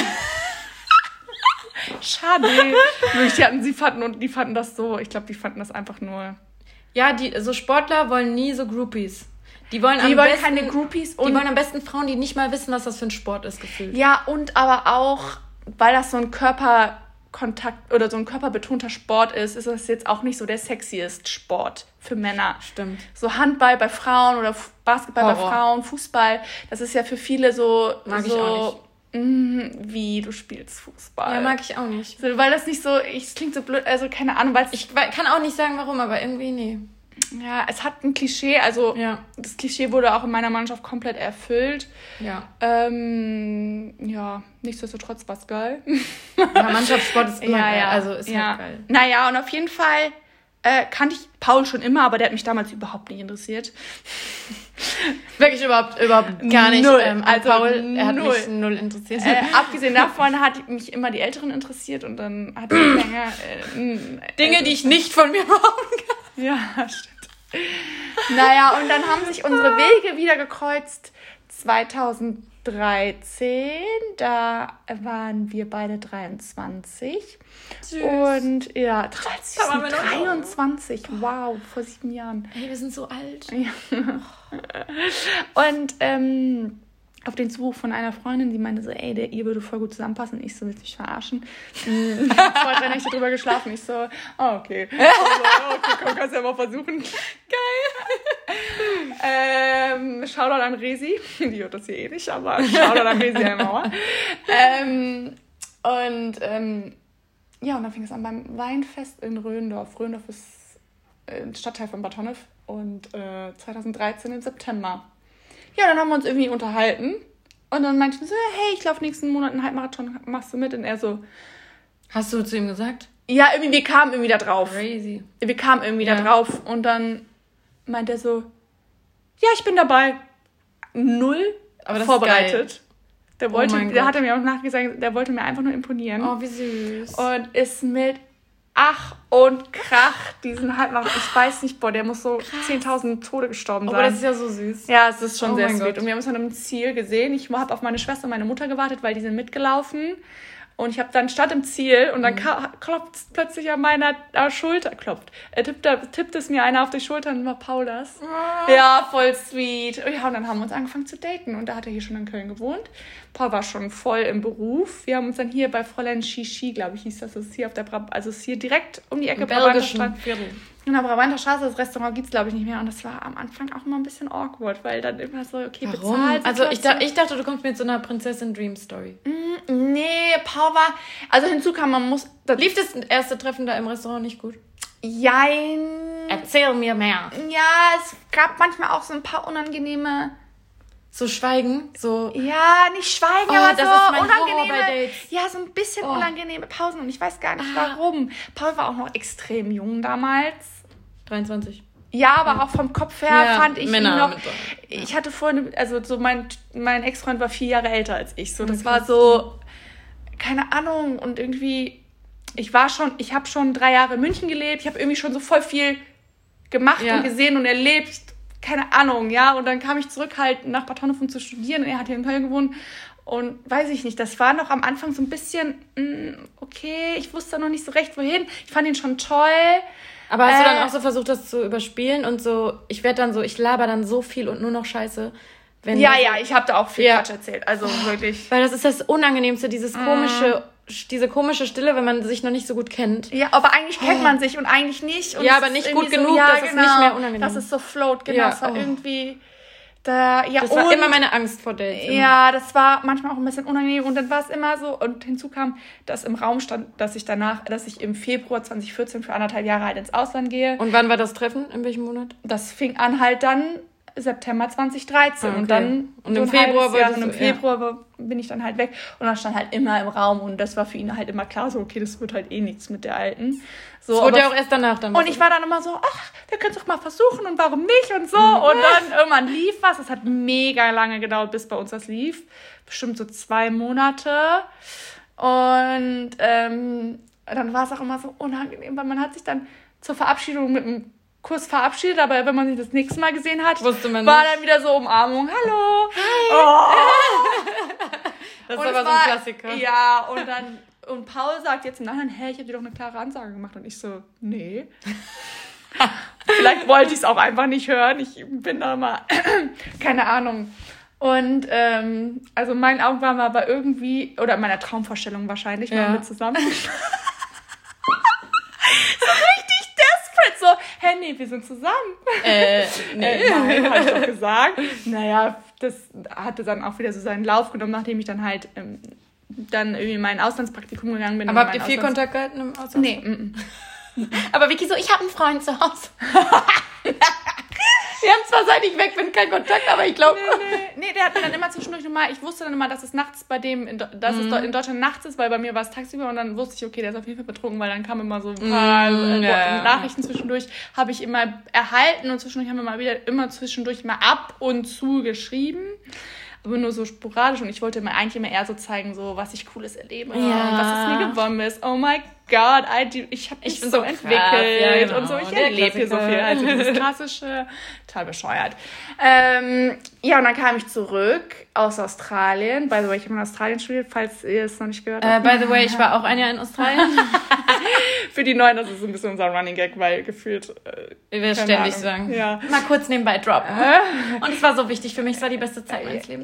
Schade. Die fanden das so, ich glaube, die fanden das einfach nur... Ja, so Sportler wollen nie so Groupies. Die wollen keine Groupies. Die wollen am besten Frauen, die nicht mal wissen, was das für ein Sport ist, gefühlt. Ja, und aber auch, weil das so ein Körperkontakt oder so ein körperbetonter Sport ist das jetzt auch nicht so der sexiest Sport für Männer. Stimmt. So Handball bei Frauen oder Basketball bei Frauen, Fußball, das ist ja für viele so... Mag ich auch nicht. Wie, du spielst Fußball. Ja, mag ich auch nicht. So, weil das nicht so, es klingt so blöd, also keine Ahnung, weil ich kann auch nicht sagen, warum, aber irgendwie nee. Ja, es hat ein Klischee, also das Klischee wurde auch in meiner Mannschaft komplett erfüllt. Ja. Ja, nichtsdestotrotz war es geil. Ja, Mannschaftssport ist immer geil, also ist halt geil. Naja, und auf jeden Fall kannte ich Paul schon immer, aber der hat mich damals überhaupt nicht interessiert. Wirklich überhaupt gar nicht. Null. Also Paul, er hat mich null interessiert. Abgesehen davon hat mich immer die Älteren interessiert und dann hatte ich länger... Dinge, die ich nicht von mir behaupten kann. Ja, stimmt. Naja, und dann haben sich unsere Wege wieder gekreuzt. 2013, da waren wir beide 23. Süß. Und ja, 23, wow, vor 7 Jahren. Hey, wir sind so alt. Ja. Und auf den Zuruf von einer Freundin, die meinte so, ey, ihr würde voll gut zusammenpassen. Ich so, willst du mich verarschen? Ich habe 2-3 Nächte drüber geschlafen. Ich so, okay. Okay, komm, kannst ja mal versuchen. Geil. Shoutout an Resi. Die hört das hier eh nicht, aber Shoutout an Resi Mauer. Ja, und dann fing es an beim Weinfest in Röndorf. Röndorf ist ein Stadtteil von Bad Honnef und 2013 im September. Ja, dann haben wir uns irgendwie unterhalten und dann meinte ich so, hey, ich laufe nächsten Monat einen Halbmarathon, machst du mit? Und er so... Hast du zu ihm gesagt? Ja, irgendwie, wir kamen irgendwie da drauf. Crazy. Wir kamen irgendwie da drauf und dann meint er so, ja, ich bin dabei. Null aber das vorbereitet. Ist geil. Der hat er mir auch nachgesagt, der wollte mir einfach nur imponieren. Oh, wie süß. Und ist mit Ach und Krach diesen Halbmarathon. Ich weiß nicht, der muss so 10.000 Tode gestorben sein. Aber das ist ja so süß. Ja, es ist schon sehr sweet. Gott. Und wir haben uns dann im Ziel gesehen. Ich habe auf meine Schwester und meine Mutter gewartet, weil die sind mitgelaufen. Und ich habe dann stand im Ziel und dann klopft es plötzlich an meiner Schulter. Tippt es mir einer auf die Schulter und war Paul das. Oh. Ja, voll sweet. Ja, und dann haben wir uns angefangen zu daten. Und da hat er hier schon in Köln gewohnt. Paul war schon voll im Beruf. Wir haben uns dann hier bei Fräulein Shishi, glaube ich, hieß das. Das ist hier auf der also ist hier direkt um die Ecke Brabanter Straße. In der Brabanter Straße, das Restaurant gibt es, glaube ich, nicht mehr. Und das war am Anfang auch immer ein bisschen awkward, weil dann immer so, okay, bezahlt. Also ich dachte, du kommst mit so einer Prinzessin-Dream-Story. Nee, Paul war... Also hinzu kam, lief das erste Treffen da im Restaurant nicht gut? Jein. Erzähl mir mehr. Ja, es gab manchmal auch so ein paar unangenehme... So Schweigen? So... Ja, nicht Schweigen, aber das so ist mein unangenehme... Horror bei Dates. Ja, so ein bisschen unangenehme Pausen und ich weiß gar nicht, warum. Paul war auch noch extrem jung damals. 23. Ja, aber auch vom Kopf her fand ich Männer ihn noch... Ich hatte vorhin... Also so mein Ex-Freund war 4 Jahre älter als ich. So, das war so... Keine Ahnung. Und irgendwie... Ich habe schon 3 Jahre in München gelebt. Ich habe irgendwie schon so voll viel gemacht und gesehen und erlebt. Keine Ahnung, ja. Und dann kam ich zurück halt nach Bad Honnef, um zu studieren. Und er hat hier in Köln gewohnt. Und weiß ich nicht, das war noch am Anfang so ein bisschen... okay, ich wusste noch nicht so recht, wohin. Ich fand ihn schon toll. Aber hast du dann auch so versucht, das zu überspielen und so, ich laber dann so viel und nur noch Scheiße. Ich habe da auch viel Quatsch erzählt, also wirklich. Weil das ist das Unangenehmste, diese komische Stille, wenn man sich noch nicht so gut kennt. Ja, aber eigentlich kennt man sich und eigentlich nicht. Und aber nicht gut genug, dass es nicht mehr unangenehm ist. Das ist so float, genau. Ja, das war irgendwie... das war immer meine Angst vor Dates. Ja, das war manchmal auch ein bisschen unangenehm und dann war es immer so und hinzu kam, dass im Raum stand, dass ich im Februar 2014 für 1,5 Jahre halt ins Ausland gehe. Und wann war das Treffen? In welchem Monat? Das fing an halt dann September 2013. Okay. Und dann und im Februar bin ich dann halt weg. Und das stand halt immer im Raum. Und das war für ihn halt immer klar, so, okay, das wird halt eh nichts mit der Alten. So, das wurde ja auch erst danach dann. Und ich war dann immer so, ach, wir können es doch mal versuchen und warum nicht und so. Und dann irgendwann lief was. Das hat mega lange gedauert, bis bei uns das lief. Bestimmt so 2 Monate. Und dann war es auch immer so unangenehm, weil man hat sich dann zur Verabschiedung mit einem Kuss verabschiedet, aber wenn man sich das nächste Mal gesehen hat, war dann wieder so Umarmung. Hallo! Hi! Oh. Das ist aber so ein Klassiker. Ja, und Paul sagt jetzt im Nachhinein, hey, ich habe dir doch eine klare Ansage gemacht. Und ich so, nee. Vielleicht wollte ich es auch einfach nicht hören. Ich bin da mal, keine Ahnung. Und also mein Augen war aber irgendwie, oder in meiner Traumvorstellung wahrscheinlich, waren wir zusammen. So richtig desperate, so, hey, nee, wir sind zusammen. Nein, habe ich doch gesagt. Naja, das hatte dann auch wieder so seinen Lauf genommen, nachdem ich dann halt dann irgendwie in mein Auslandspraktikum gegangen bin. Aber habt ihr viel Kontakt gehalten im Ausland? Nee. Aber Vicky so, ich habe einen Freund zu Hause. Wir haben zwar seit ich weg bin keinen Kontakt, aber ich glaube... Nee, der hat mir dann immer zwischendurch nochmal... Ich wusste dann immer, dass es nachts bei dem... Dass es in Deutschland nachts ist, weil bei mir war es tagsüber. Und dann wusste ich, okay, der ist auf jeden Fall betrunken, weil dann kamen immer so ein paar Nachrichten zwischendurch. Habe ich immer erhalten und zwischendurch haben wir immer zwischendurch mal ab und zu geschrieben. Aber nur so sporadisch. Und ich wollte eigentlich immer eher so zeigen, so was ich Cooles erlebe und was es mir gewonnen ist. Oh my God, ich habe mich so entwickelt genau. Und so. Ich erlebe hier so viel. Also das Klassische, total bescheuert. Ja, und dann kam ich zurück aus Australien. By the way, ich habe in Australien studiert, falls ihr es noch nicht gehört habt. By the way, ich war auch ein Jahr in Australien. Für die Neuen, das ist ein bisschen unser Running Gag, weil gefühlt... ich will ständig sagen. Ja. Mal kurz nebenbei droppen. Und es war so wichtig für mich, es war die beste Zeit meines Lebens.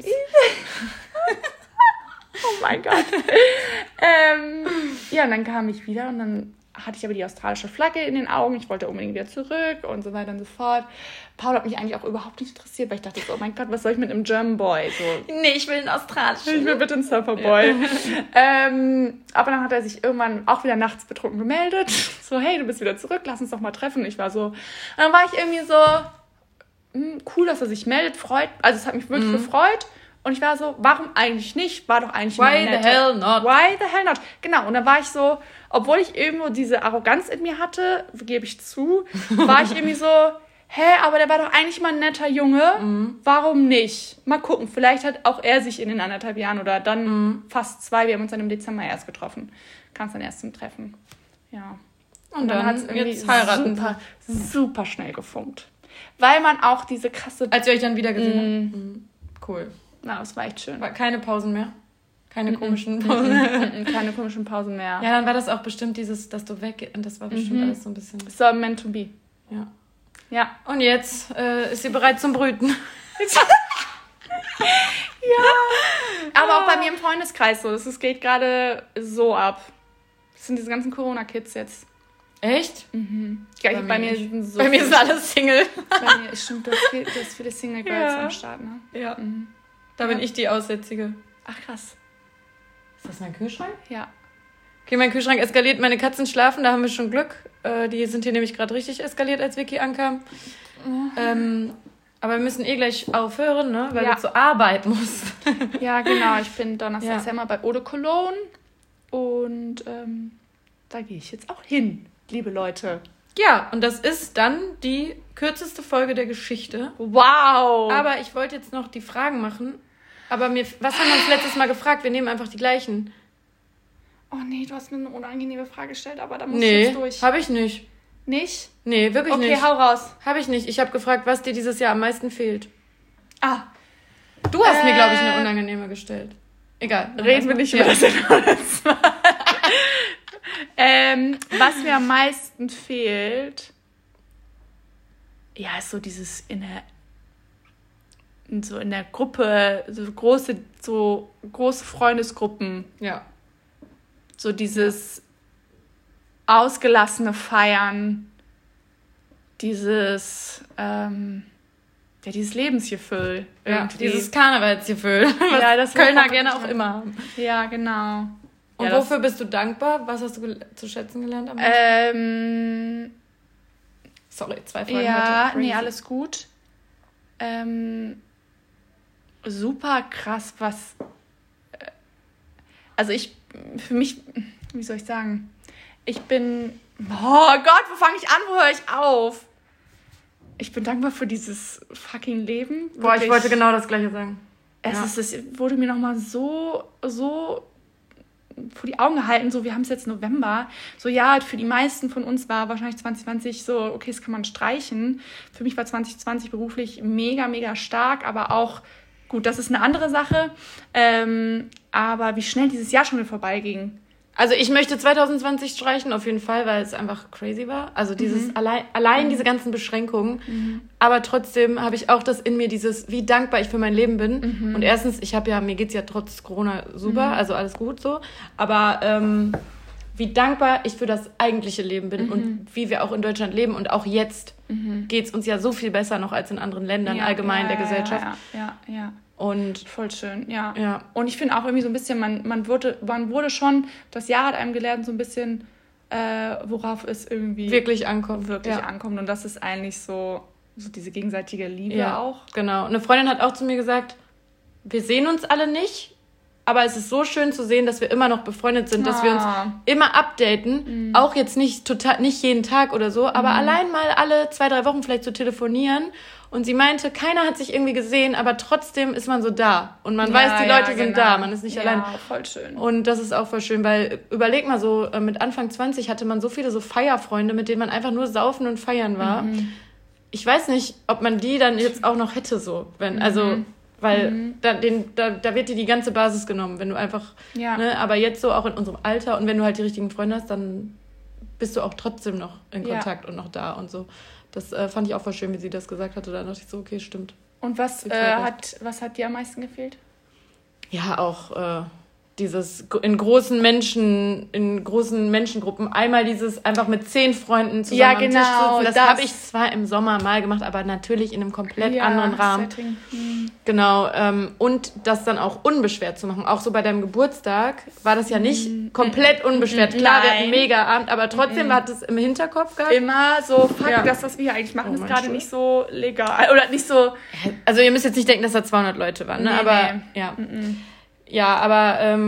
Oh mein Gott. Ja, und dann kam ich wieder und dann hatte ich aber die australische Flagge in den Augen. Ich wollte unbedingt wieder zurück und so weiter und so fort. Paul hat mich eigentlich auch überhaupt nicht interessiert, weil ich dachte so, oh mein Gott, was soll ich mit einem German Boy? So. Nee, ich will einen australischen. Ich will bitte einen Surferboy. Ja. Aber dann hat er sich irgendwann auch wieder nachts betrunken gemeldet. So, hey, du bist wieder zurück, lass uns doch mal treffen. Und ich war so, und dann war ich irgendwie so, cool, dass er sich meldet, freut. Also es hat mich wirklich gefreut. Und ich war so, warum eigentlich nicht? War doch eigentlich Why the hell not? Why the hell not? Genau, und dann war ich so, obwohl ich irgendwo diese Arroganz in mir hatte, gebe ich zu, war ich irgendwie so, aber der war doch eigentlich mal ein netter Junge. Warum nicht? Mal gucken, vielleicht hat auch er sich in den 1,5 Jahren oder dann fast 2, wir haben uns dann im Dezember erst getroffen. Kam es dann erst zum Treffen. Ja. Und dann hat es irgendwie super schnell gefunkt. Weil man auch diese krasse... Als ihr euch dann wieder gesehen habt. Cool. Na, das war echt schön. War keine Pausen mehr? Keine komischen Pausen? Keine komischen Pausen mehr. Ja, dann war das auch bestimmt dieses, dass du weg... Und das war bestimmt alles so ein bisschen... So meant to be. Ja. Und jetzt ist sie bereit zum Brüten. Ja. Aber auch bei mir im Freundeskreis so. Das geht gerade so ab. Das sind diese ganzen Corona-Kids jetzt. Echt? Ja, bei mir sind so... Bei mir sind alles Single. Bei mir stimmt, du hast viele Single-Girls am Start, ne? Ja. Da bin ich die Aussätzige. Ach, krass. Ist das mein Kühlschrank? Ja. Okay, mein Kühlschrank eskaliert. Meine Katzen schlafen, da haben wir schon Glück. Die sind hier nämlich gerade richtig eskaliert, als Vicky ankam. Aber wir müssen gleich aufhören, ne? Weil wir zur Arbeit mussten. Ja, genau. Ich bin donnerstags ja mal bei Eau de Cologne. Und da gehe ich jetzt auch hin, liebe Leute. Ja, und das ist dann die kürzeste Folge der Geschichte. Wow! Aber ich wollte jetzt noch die Fragen machen. Aber was haben wir uns letztes Mal gefragt? Wir nehmen einfach die gleichen. Oh nee, du hast mir eine unangenehme Frage gestellt, aber da muss ich jetzt durch. Habe ich nicht. Nicht? Nee, wirklich nicht. Okay, hau raus. Habe ich nicht. Ich habe gefragt, was dir dieses Jahr am meisten fehlt. Ah. Du hast mir, glaube ich, eine unangenehme gestellt. Egal. Reden wir nicht über das was mir am meisten fehlt, ist so dieses in der Gruppe, so große Freundesgruppen. Ja. So dieses ausgelassene Feiern, dieses Lebensgefühl. Ja, dieses Karnevalsgefühl, was das Kölner gerne auch immer haben. Ja, genau. Und wofür bist du dankbar? Was hast du zu schätzen gelernt am meisten? Sorry, 2 Fragen. Ja, nee, alles gut. super krass, was... Also für mich, wie soll ich sagen, ich bin... Oh Gott, wo fange ich an, wo höre ich auf? Ich bin dankbar für dieses fucking Leben. Boah, wirklich. Ich wollte genau das Gleiche sagen. Es wurde mir nochmal so vor die Augen gehalten, so wir haben es jetzt November, so ja, für die meisten von uns war wahrscheinlich 2020 so, okay, das kann man streichen. Für mich war 2020 beruflich mega, mega stark, aber auch, gut, das ist eine andere Sache, aber wie schnell dieses Jahr schon wieder vorbeiging. Also ich möchte 2020 streichen, auf jeden Fall, weil es einfach crazy war. Also dieses allein diese ganzen Beschränkungen. Aber trotzdem habe ich auch das in mir, dieses, wie dankbar ich für mein Leben bin. Und erstens, mir geht's ja trotz Corona super, also alles gut so. Aber wie dankbar ich für das eigentliche Leben bin und wie wir auch in Deutschland leben. Und auch jetzt geht's uns ja so viel besser noch als in anderen Ländern allgemein der Gesellschaft. Ja. Und voll schön, ja. Und ich finde auch irgendwie so ein bisschen, man wurde schon, das Jahr hat einem gelernt, so ein bisschen, worauf es irgendwie wirklich ankommt. Ankommt. Und das ist eigentlich so diese gegenseitige Liebe auch. Genau. Eine Freundin hat auch zu mir gesagt, wir sehen uns alle nicht, aber es ist so schön zu sehen, dass wir immer noch befreundet sind, dass wir uns immer updaten. Auch jetzt nicht jeden Tag oder so, aber allein mal alle 2-3 Wochen vielleicht zu telefonieren. Und sie meinte, keiner hat sich irgendwie gesehen, aber trotzdem ist man so da. Und man weiß, die Leute sind da, man ist nicht allein. Ja, voll schön. Und das ist auch voll schön, weil überleg mal so, mit Anfang 20 hatte man so viele so Feierfreunde, mit denen man einfach nur saufen und feiern war. Ich weiß nicht, ob man die dann jetzt auch noch hätte so, weil da wird dir die ganze Basis genommen, wenn du einfach, aber jetzt so auch in unserem Alter und wenn du halt die richtigen Freunde hast, dann bist du auch trotzdem noch in Kontakt und noch da und so. Das fand ich auch voll schön, wie sie das gesagt hatte. Da dachte ich so, okay, stimmt. Und was hat dir am meisten gefehlt? Ja, auch dieses in großen Menschengruppen einmal dieses einfach mit 10 Freunden zusammen am Tisch sitzen. Das habe ich zwar im Sommer mal gemacht, aber natürlich in einem komplett anderen Rahmen. Genau. Und das dann auch unbeschwert zu machen. Auch so bei deinem Geburtstag war das ja nicht komplett unbeschwert. Klar, wir hatten einen Mega-Abend, aber trotzdem hat es im Hinterkopf gehabt. Immer so, das, was wir hier eigentlich machen, ist gerade nicht so legal. Oder nicht so... Also ihr müsst jetzt nicht denken, dass da 200 Leute waren, ne? Nee, aber ja. Ja, aber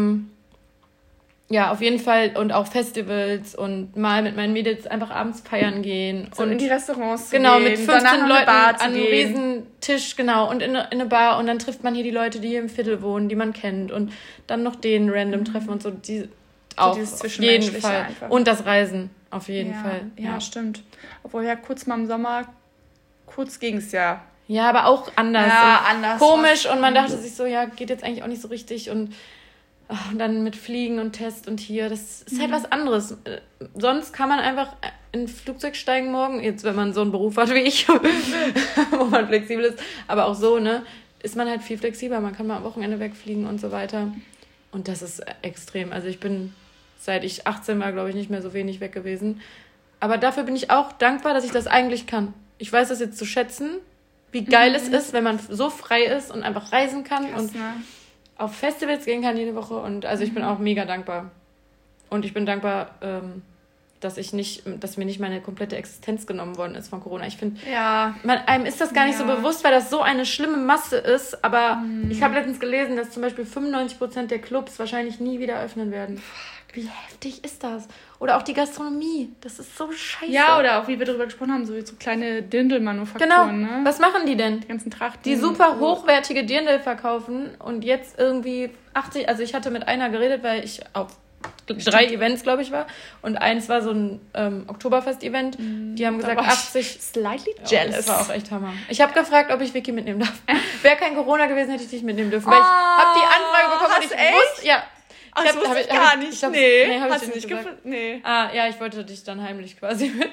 auf jeden Fall und auch Festivals und mal mit meinen Mädels einfach abends feiern gehen. So und in die Restaurants genau, mit 15 Leuten an einem riesen Tisch, genau, und in eine Bar und dann trifft man hier die Leute, die hier im Viertel wohnen, die man kennt und dann noch den random treffen und so, die auch auf jeden Fall. Einfach. Und das Reisen, auf jeden Fall. Ja, stimmt. Obwohl kurz mal im Sommer, ging es ja. Ja, aber auch anders. Ja, anders. Komisch und man dachte sich so, geht jetzt eigentlich auch nicht so richtig und dann mit Fliegen und Test und hier, das ist halt was anderes. Sonst kann man einfach in ein Flugzeug steigen morgen, jetzt wenn man so einen Beruf hat wie ich, wo man flexibel ist, aber auch so, ne, ist man halt viel flexibler, man kann mal am Wochenende wegfliegen und so weiter und das ist extrem. Also ich bin, seit ich 18 war, glaube ich, nicht mehr so wenig weg gewesen, aber dafür bin ich auch dankbar, dass ich das eigentlich kann. Ich weiß das jetzt zu schätzen, wie geil es ist, wenn man so frei ist und einfach reisen kann. Krass, und auf Festivals gehen kann jede Woche. Und also ich bin auch mega dankbar. Und ich bin dankbar, dass mir nicht meine komplette Existenz genommen worden ist von Corona. Ich finde, einem ist das gar nicht so bewusst, weil das so eine schlimme Masse ist. Aber ich habe letztens gelesen, dass zum Beispiel 95% der Clubs wahrscheinlich nie wieder öffnen werden. Wie heftig ist das? Oder auch die Gastronomie. Das ist so scheiße. Ja, oder auch, wie wir darüber gesprochen haben, so kleine Dirndl-Manufakturen. Genau. Ne? Was machen die denn? Die ganzen Trachten. Die super hochwertige Dirndl verkaufen und jetzt irgendwie 80... Also ich hatte mit einer geredet, weil ich auf 3 Events, glaube ich, war. Und eins war so ein Oktoberfest-Event. Die haben gesagt, 80... Slightly jealous. Das war auch echt Hammer. Ich habe gefragt, ob ich Vicky mitnehmen darf. Wäre kein Corona gewesen, hätte ich dich mitnehmen dürfen. Weil ich habe die Anfrage bekommen und ich wusste... Ja. Das wusste ich gar nicht. Nee, hast du nicht gesagt? Nee. Ja, ich wollte dich dann heimlich quasi mit.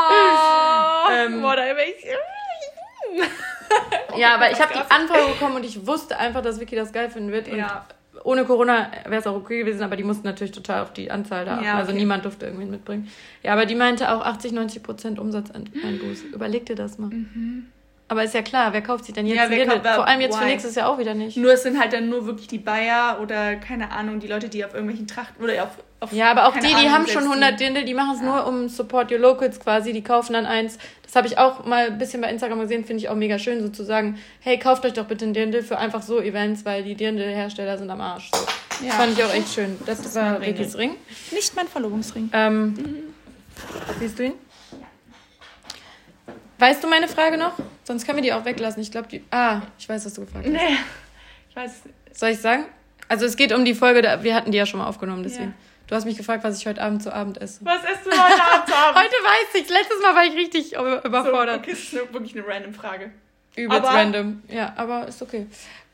Boah, da wäre ich... Ja, aber ich habe die Anfrage bekommen und ich wusste einfach, dass Vicky das geil finden wird. Und ohne Corona wäre es auch okay gewesen, aber die mussten natürlich total auf die Anzahl da achten. Ja, okay. Also niemand durfte irgendwen mitbringen. Ja, aber die meinte auch 80-90% Umsatzeinbuß. Überleg dir das mal. Aber ist ja klar, wer kauft sich denn jetzt Ja, ein Dirndl? Vor allem jetzt why? für nächstes Jahr auch wieder nicht. Nur es sind halt dann nur wirklich die Bayer oder, keine Ahnung, die Leute, die auf irgendwelchen Trachten oder auf Ja, aber auch keine die Ahnung, haben schon selbst 100 Dirndl, die machen es nur um Support Your Locals quasi, die kaufen dann eins. Das habe ich auch mal ein bisschen bei Instagram gesehen, finde ich auch mega schön, sozusagen, hey, kauft euch doch bitte ein Dirndl für einfach so Events, weil die Dirndl-Hersteller sind am Arsch. So. Ja. Das fand ich auch echt schön. Das war Rickys Ring. Nicht mein Verlobungsring. Siehst du ihn? Weißt du meine Frage noch? Sonst können wir die auch weglassen. Ich glaube, ich weiß, was du gefragt hast. Nee, ich weiß es nicht. Soll ich sagen? Also es geht um die Folge, wir hatten die ja schon mal aufgenommen, deswegen. Ja. Du hast mich gefragt, was ich heute Abend zu Abend esse. Was isst du heute Abend zu Abend? Heute weiß ich. Letztes Mal war ich richtig überfordert. So, okay, das ist wirklich eine random Frage. Übelst random. Ja, aber ist okay.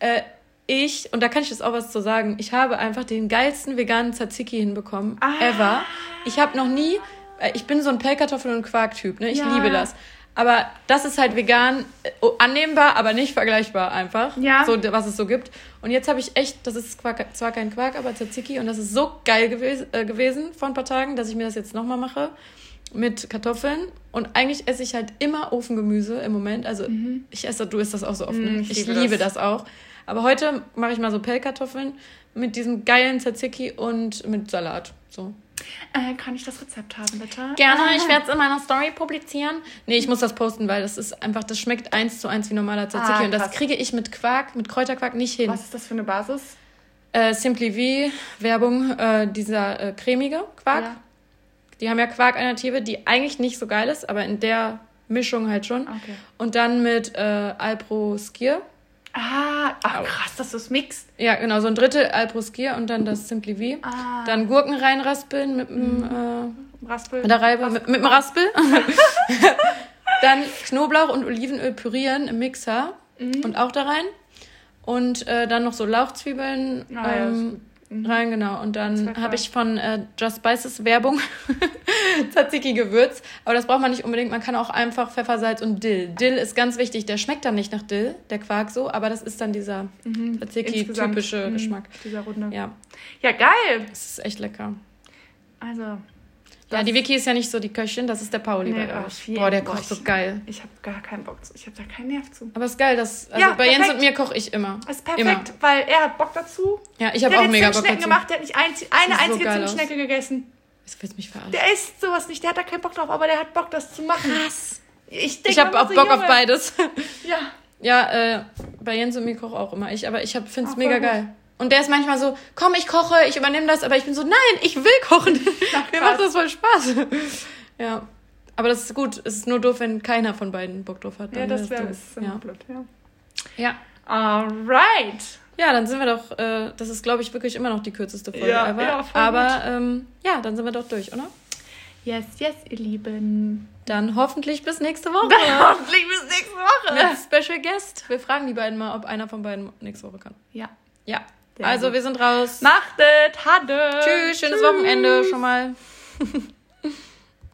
Und da kann ich jetzt auch was zu sagen, ich habe einfach den geilsten veganen Tzatziki hinbekommen, ever. Ich habe noch nie, ich bin so ein Pellkartoffel- und Quark-Typ, ne? Ich liebe das. Aber das ist halt vegan, annehmbar, aber nicht vergleichbar einfach, so was es so gibt. Und jetzt habe ich echt, das ist zwar kein Quark, aber Tzatziki. Und das ist so geil gewesen vor ein paar Tagen, dass ich mir das jetzt nochmal mache mit Kartoffeln. Und eigentlich esse ich halt immer Ofengemüse im Moment. Also du isst das auch so oft, ne? Ich liebe das auch. Aber heute mache ich mal so Pellkartoffeln mit diesem geilen Tzatziki und mit Salat. So. Kann ich das Rezept haben, bitte? Gerne, ich werde es in meiner Story publizieren. Nee, ich muss das posten, weil das ist einfach, das schmeckt 1:1 wie normaler Tzatziki. Und das kriege ich mit Quark, mit Kräuterquark nicht hin. Was ist das für eine Basis? Simply V, Werbung, dieser cremige Quark. Ja. Die haben ja Quarkalternative, die eigentlich nicht so geil ist, aber in der Mischung halt schon. Okay. Und dann mit Alpro Skier. Krass, dass du es mixt. Ja, genau, so ein Drittel Alpro Skier und dann das Simply V. Dann Gurken reinraspeln mit dem Raspel. Mit der Reibe, mit dem Raspel. Dann Knoblauch und Olivenöl pürieren im Mixer und auch da rein. Und dann noch so Lauchzwiebeln rein, genau. Und dann habe ich von Just Spices Werbung Tzatziki-Gewürz. Aber das braucht man nicht unbedingt. Man kann auch einfach Pfeffer, Salz und Dill. Dill ist ganz wichtig. Der schmeckt dann nicht nach Dill, der Quark so. Aber das ist dann dieser Tzatziki-typische Geschmack. Dieser Runde. Ja, geil. Das ist echt lecker. Also... Ja, die Vicky ist ja nicht so die Köchin, das ist der Pauli bei euch. Boah, der kocht so geil. Ich habe gar keinen Bock zu. Ich habe da keinen Nerv zu. Aber es ist geil, bei Jens und mir koche ich immer. Das ist perfekt, weil er hat Bock dazu. Ja, ich habe auch mega Bock dazu. Gemacht, der hat nicht eine einzige Zimtschnecke gegessen. Das willst mich verarschen. Der isst sowas nicht, der hat da keinen Bock drauf, aber der hat Bock, das zu machen. Krass. Ich habe auch Bock auf beides. Ja. Ja, bei Jens und mir koche auch immer ich, aber ich finde es mega geil. Und der ist manchmal so, komm, ich koche, ich übernehme das, aber ich bin so, nein, ich will kochen. Mir macht das voll Spaß. Ja, aber das ist gut. Es ist nur doof, wenn keiner von beiden Bock drauf hat. Ja, das wäre blöd, ja. Alright. Ja, dann sind wir doch, das ist, glaube ich, wirklich immer noch die kürzeste Folge ever. Ja, aber dann sind wir doch durch, oder? Yes, ihr Lieben. Dann hoffentlich bis nächste Woche. Hoffentlich bis nächste Woche. Mit Special Guest. Wir fragen die beiden mal, ob einer von beiden nächste Woche kann. Ja. Ja. Also, wir sind raus. Machtet, hatte. Tschüss, schönes Wochenende schon mal.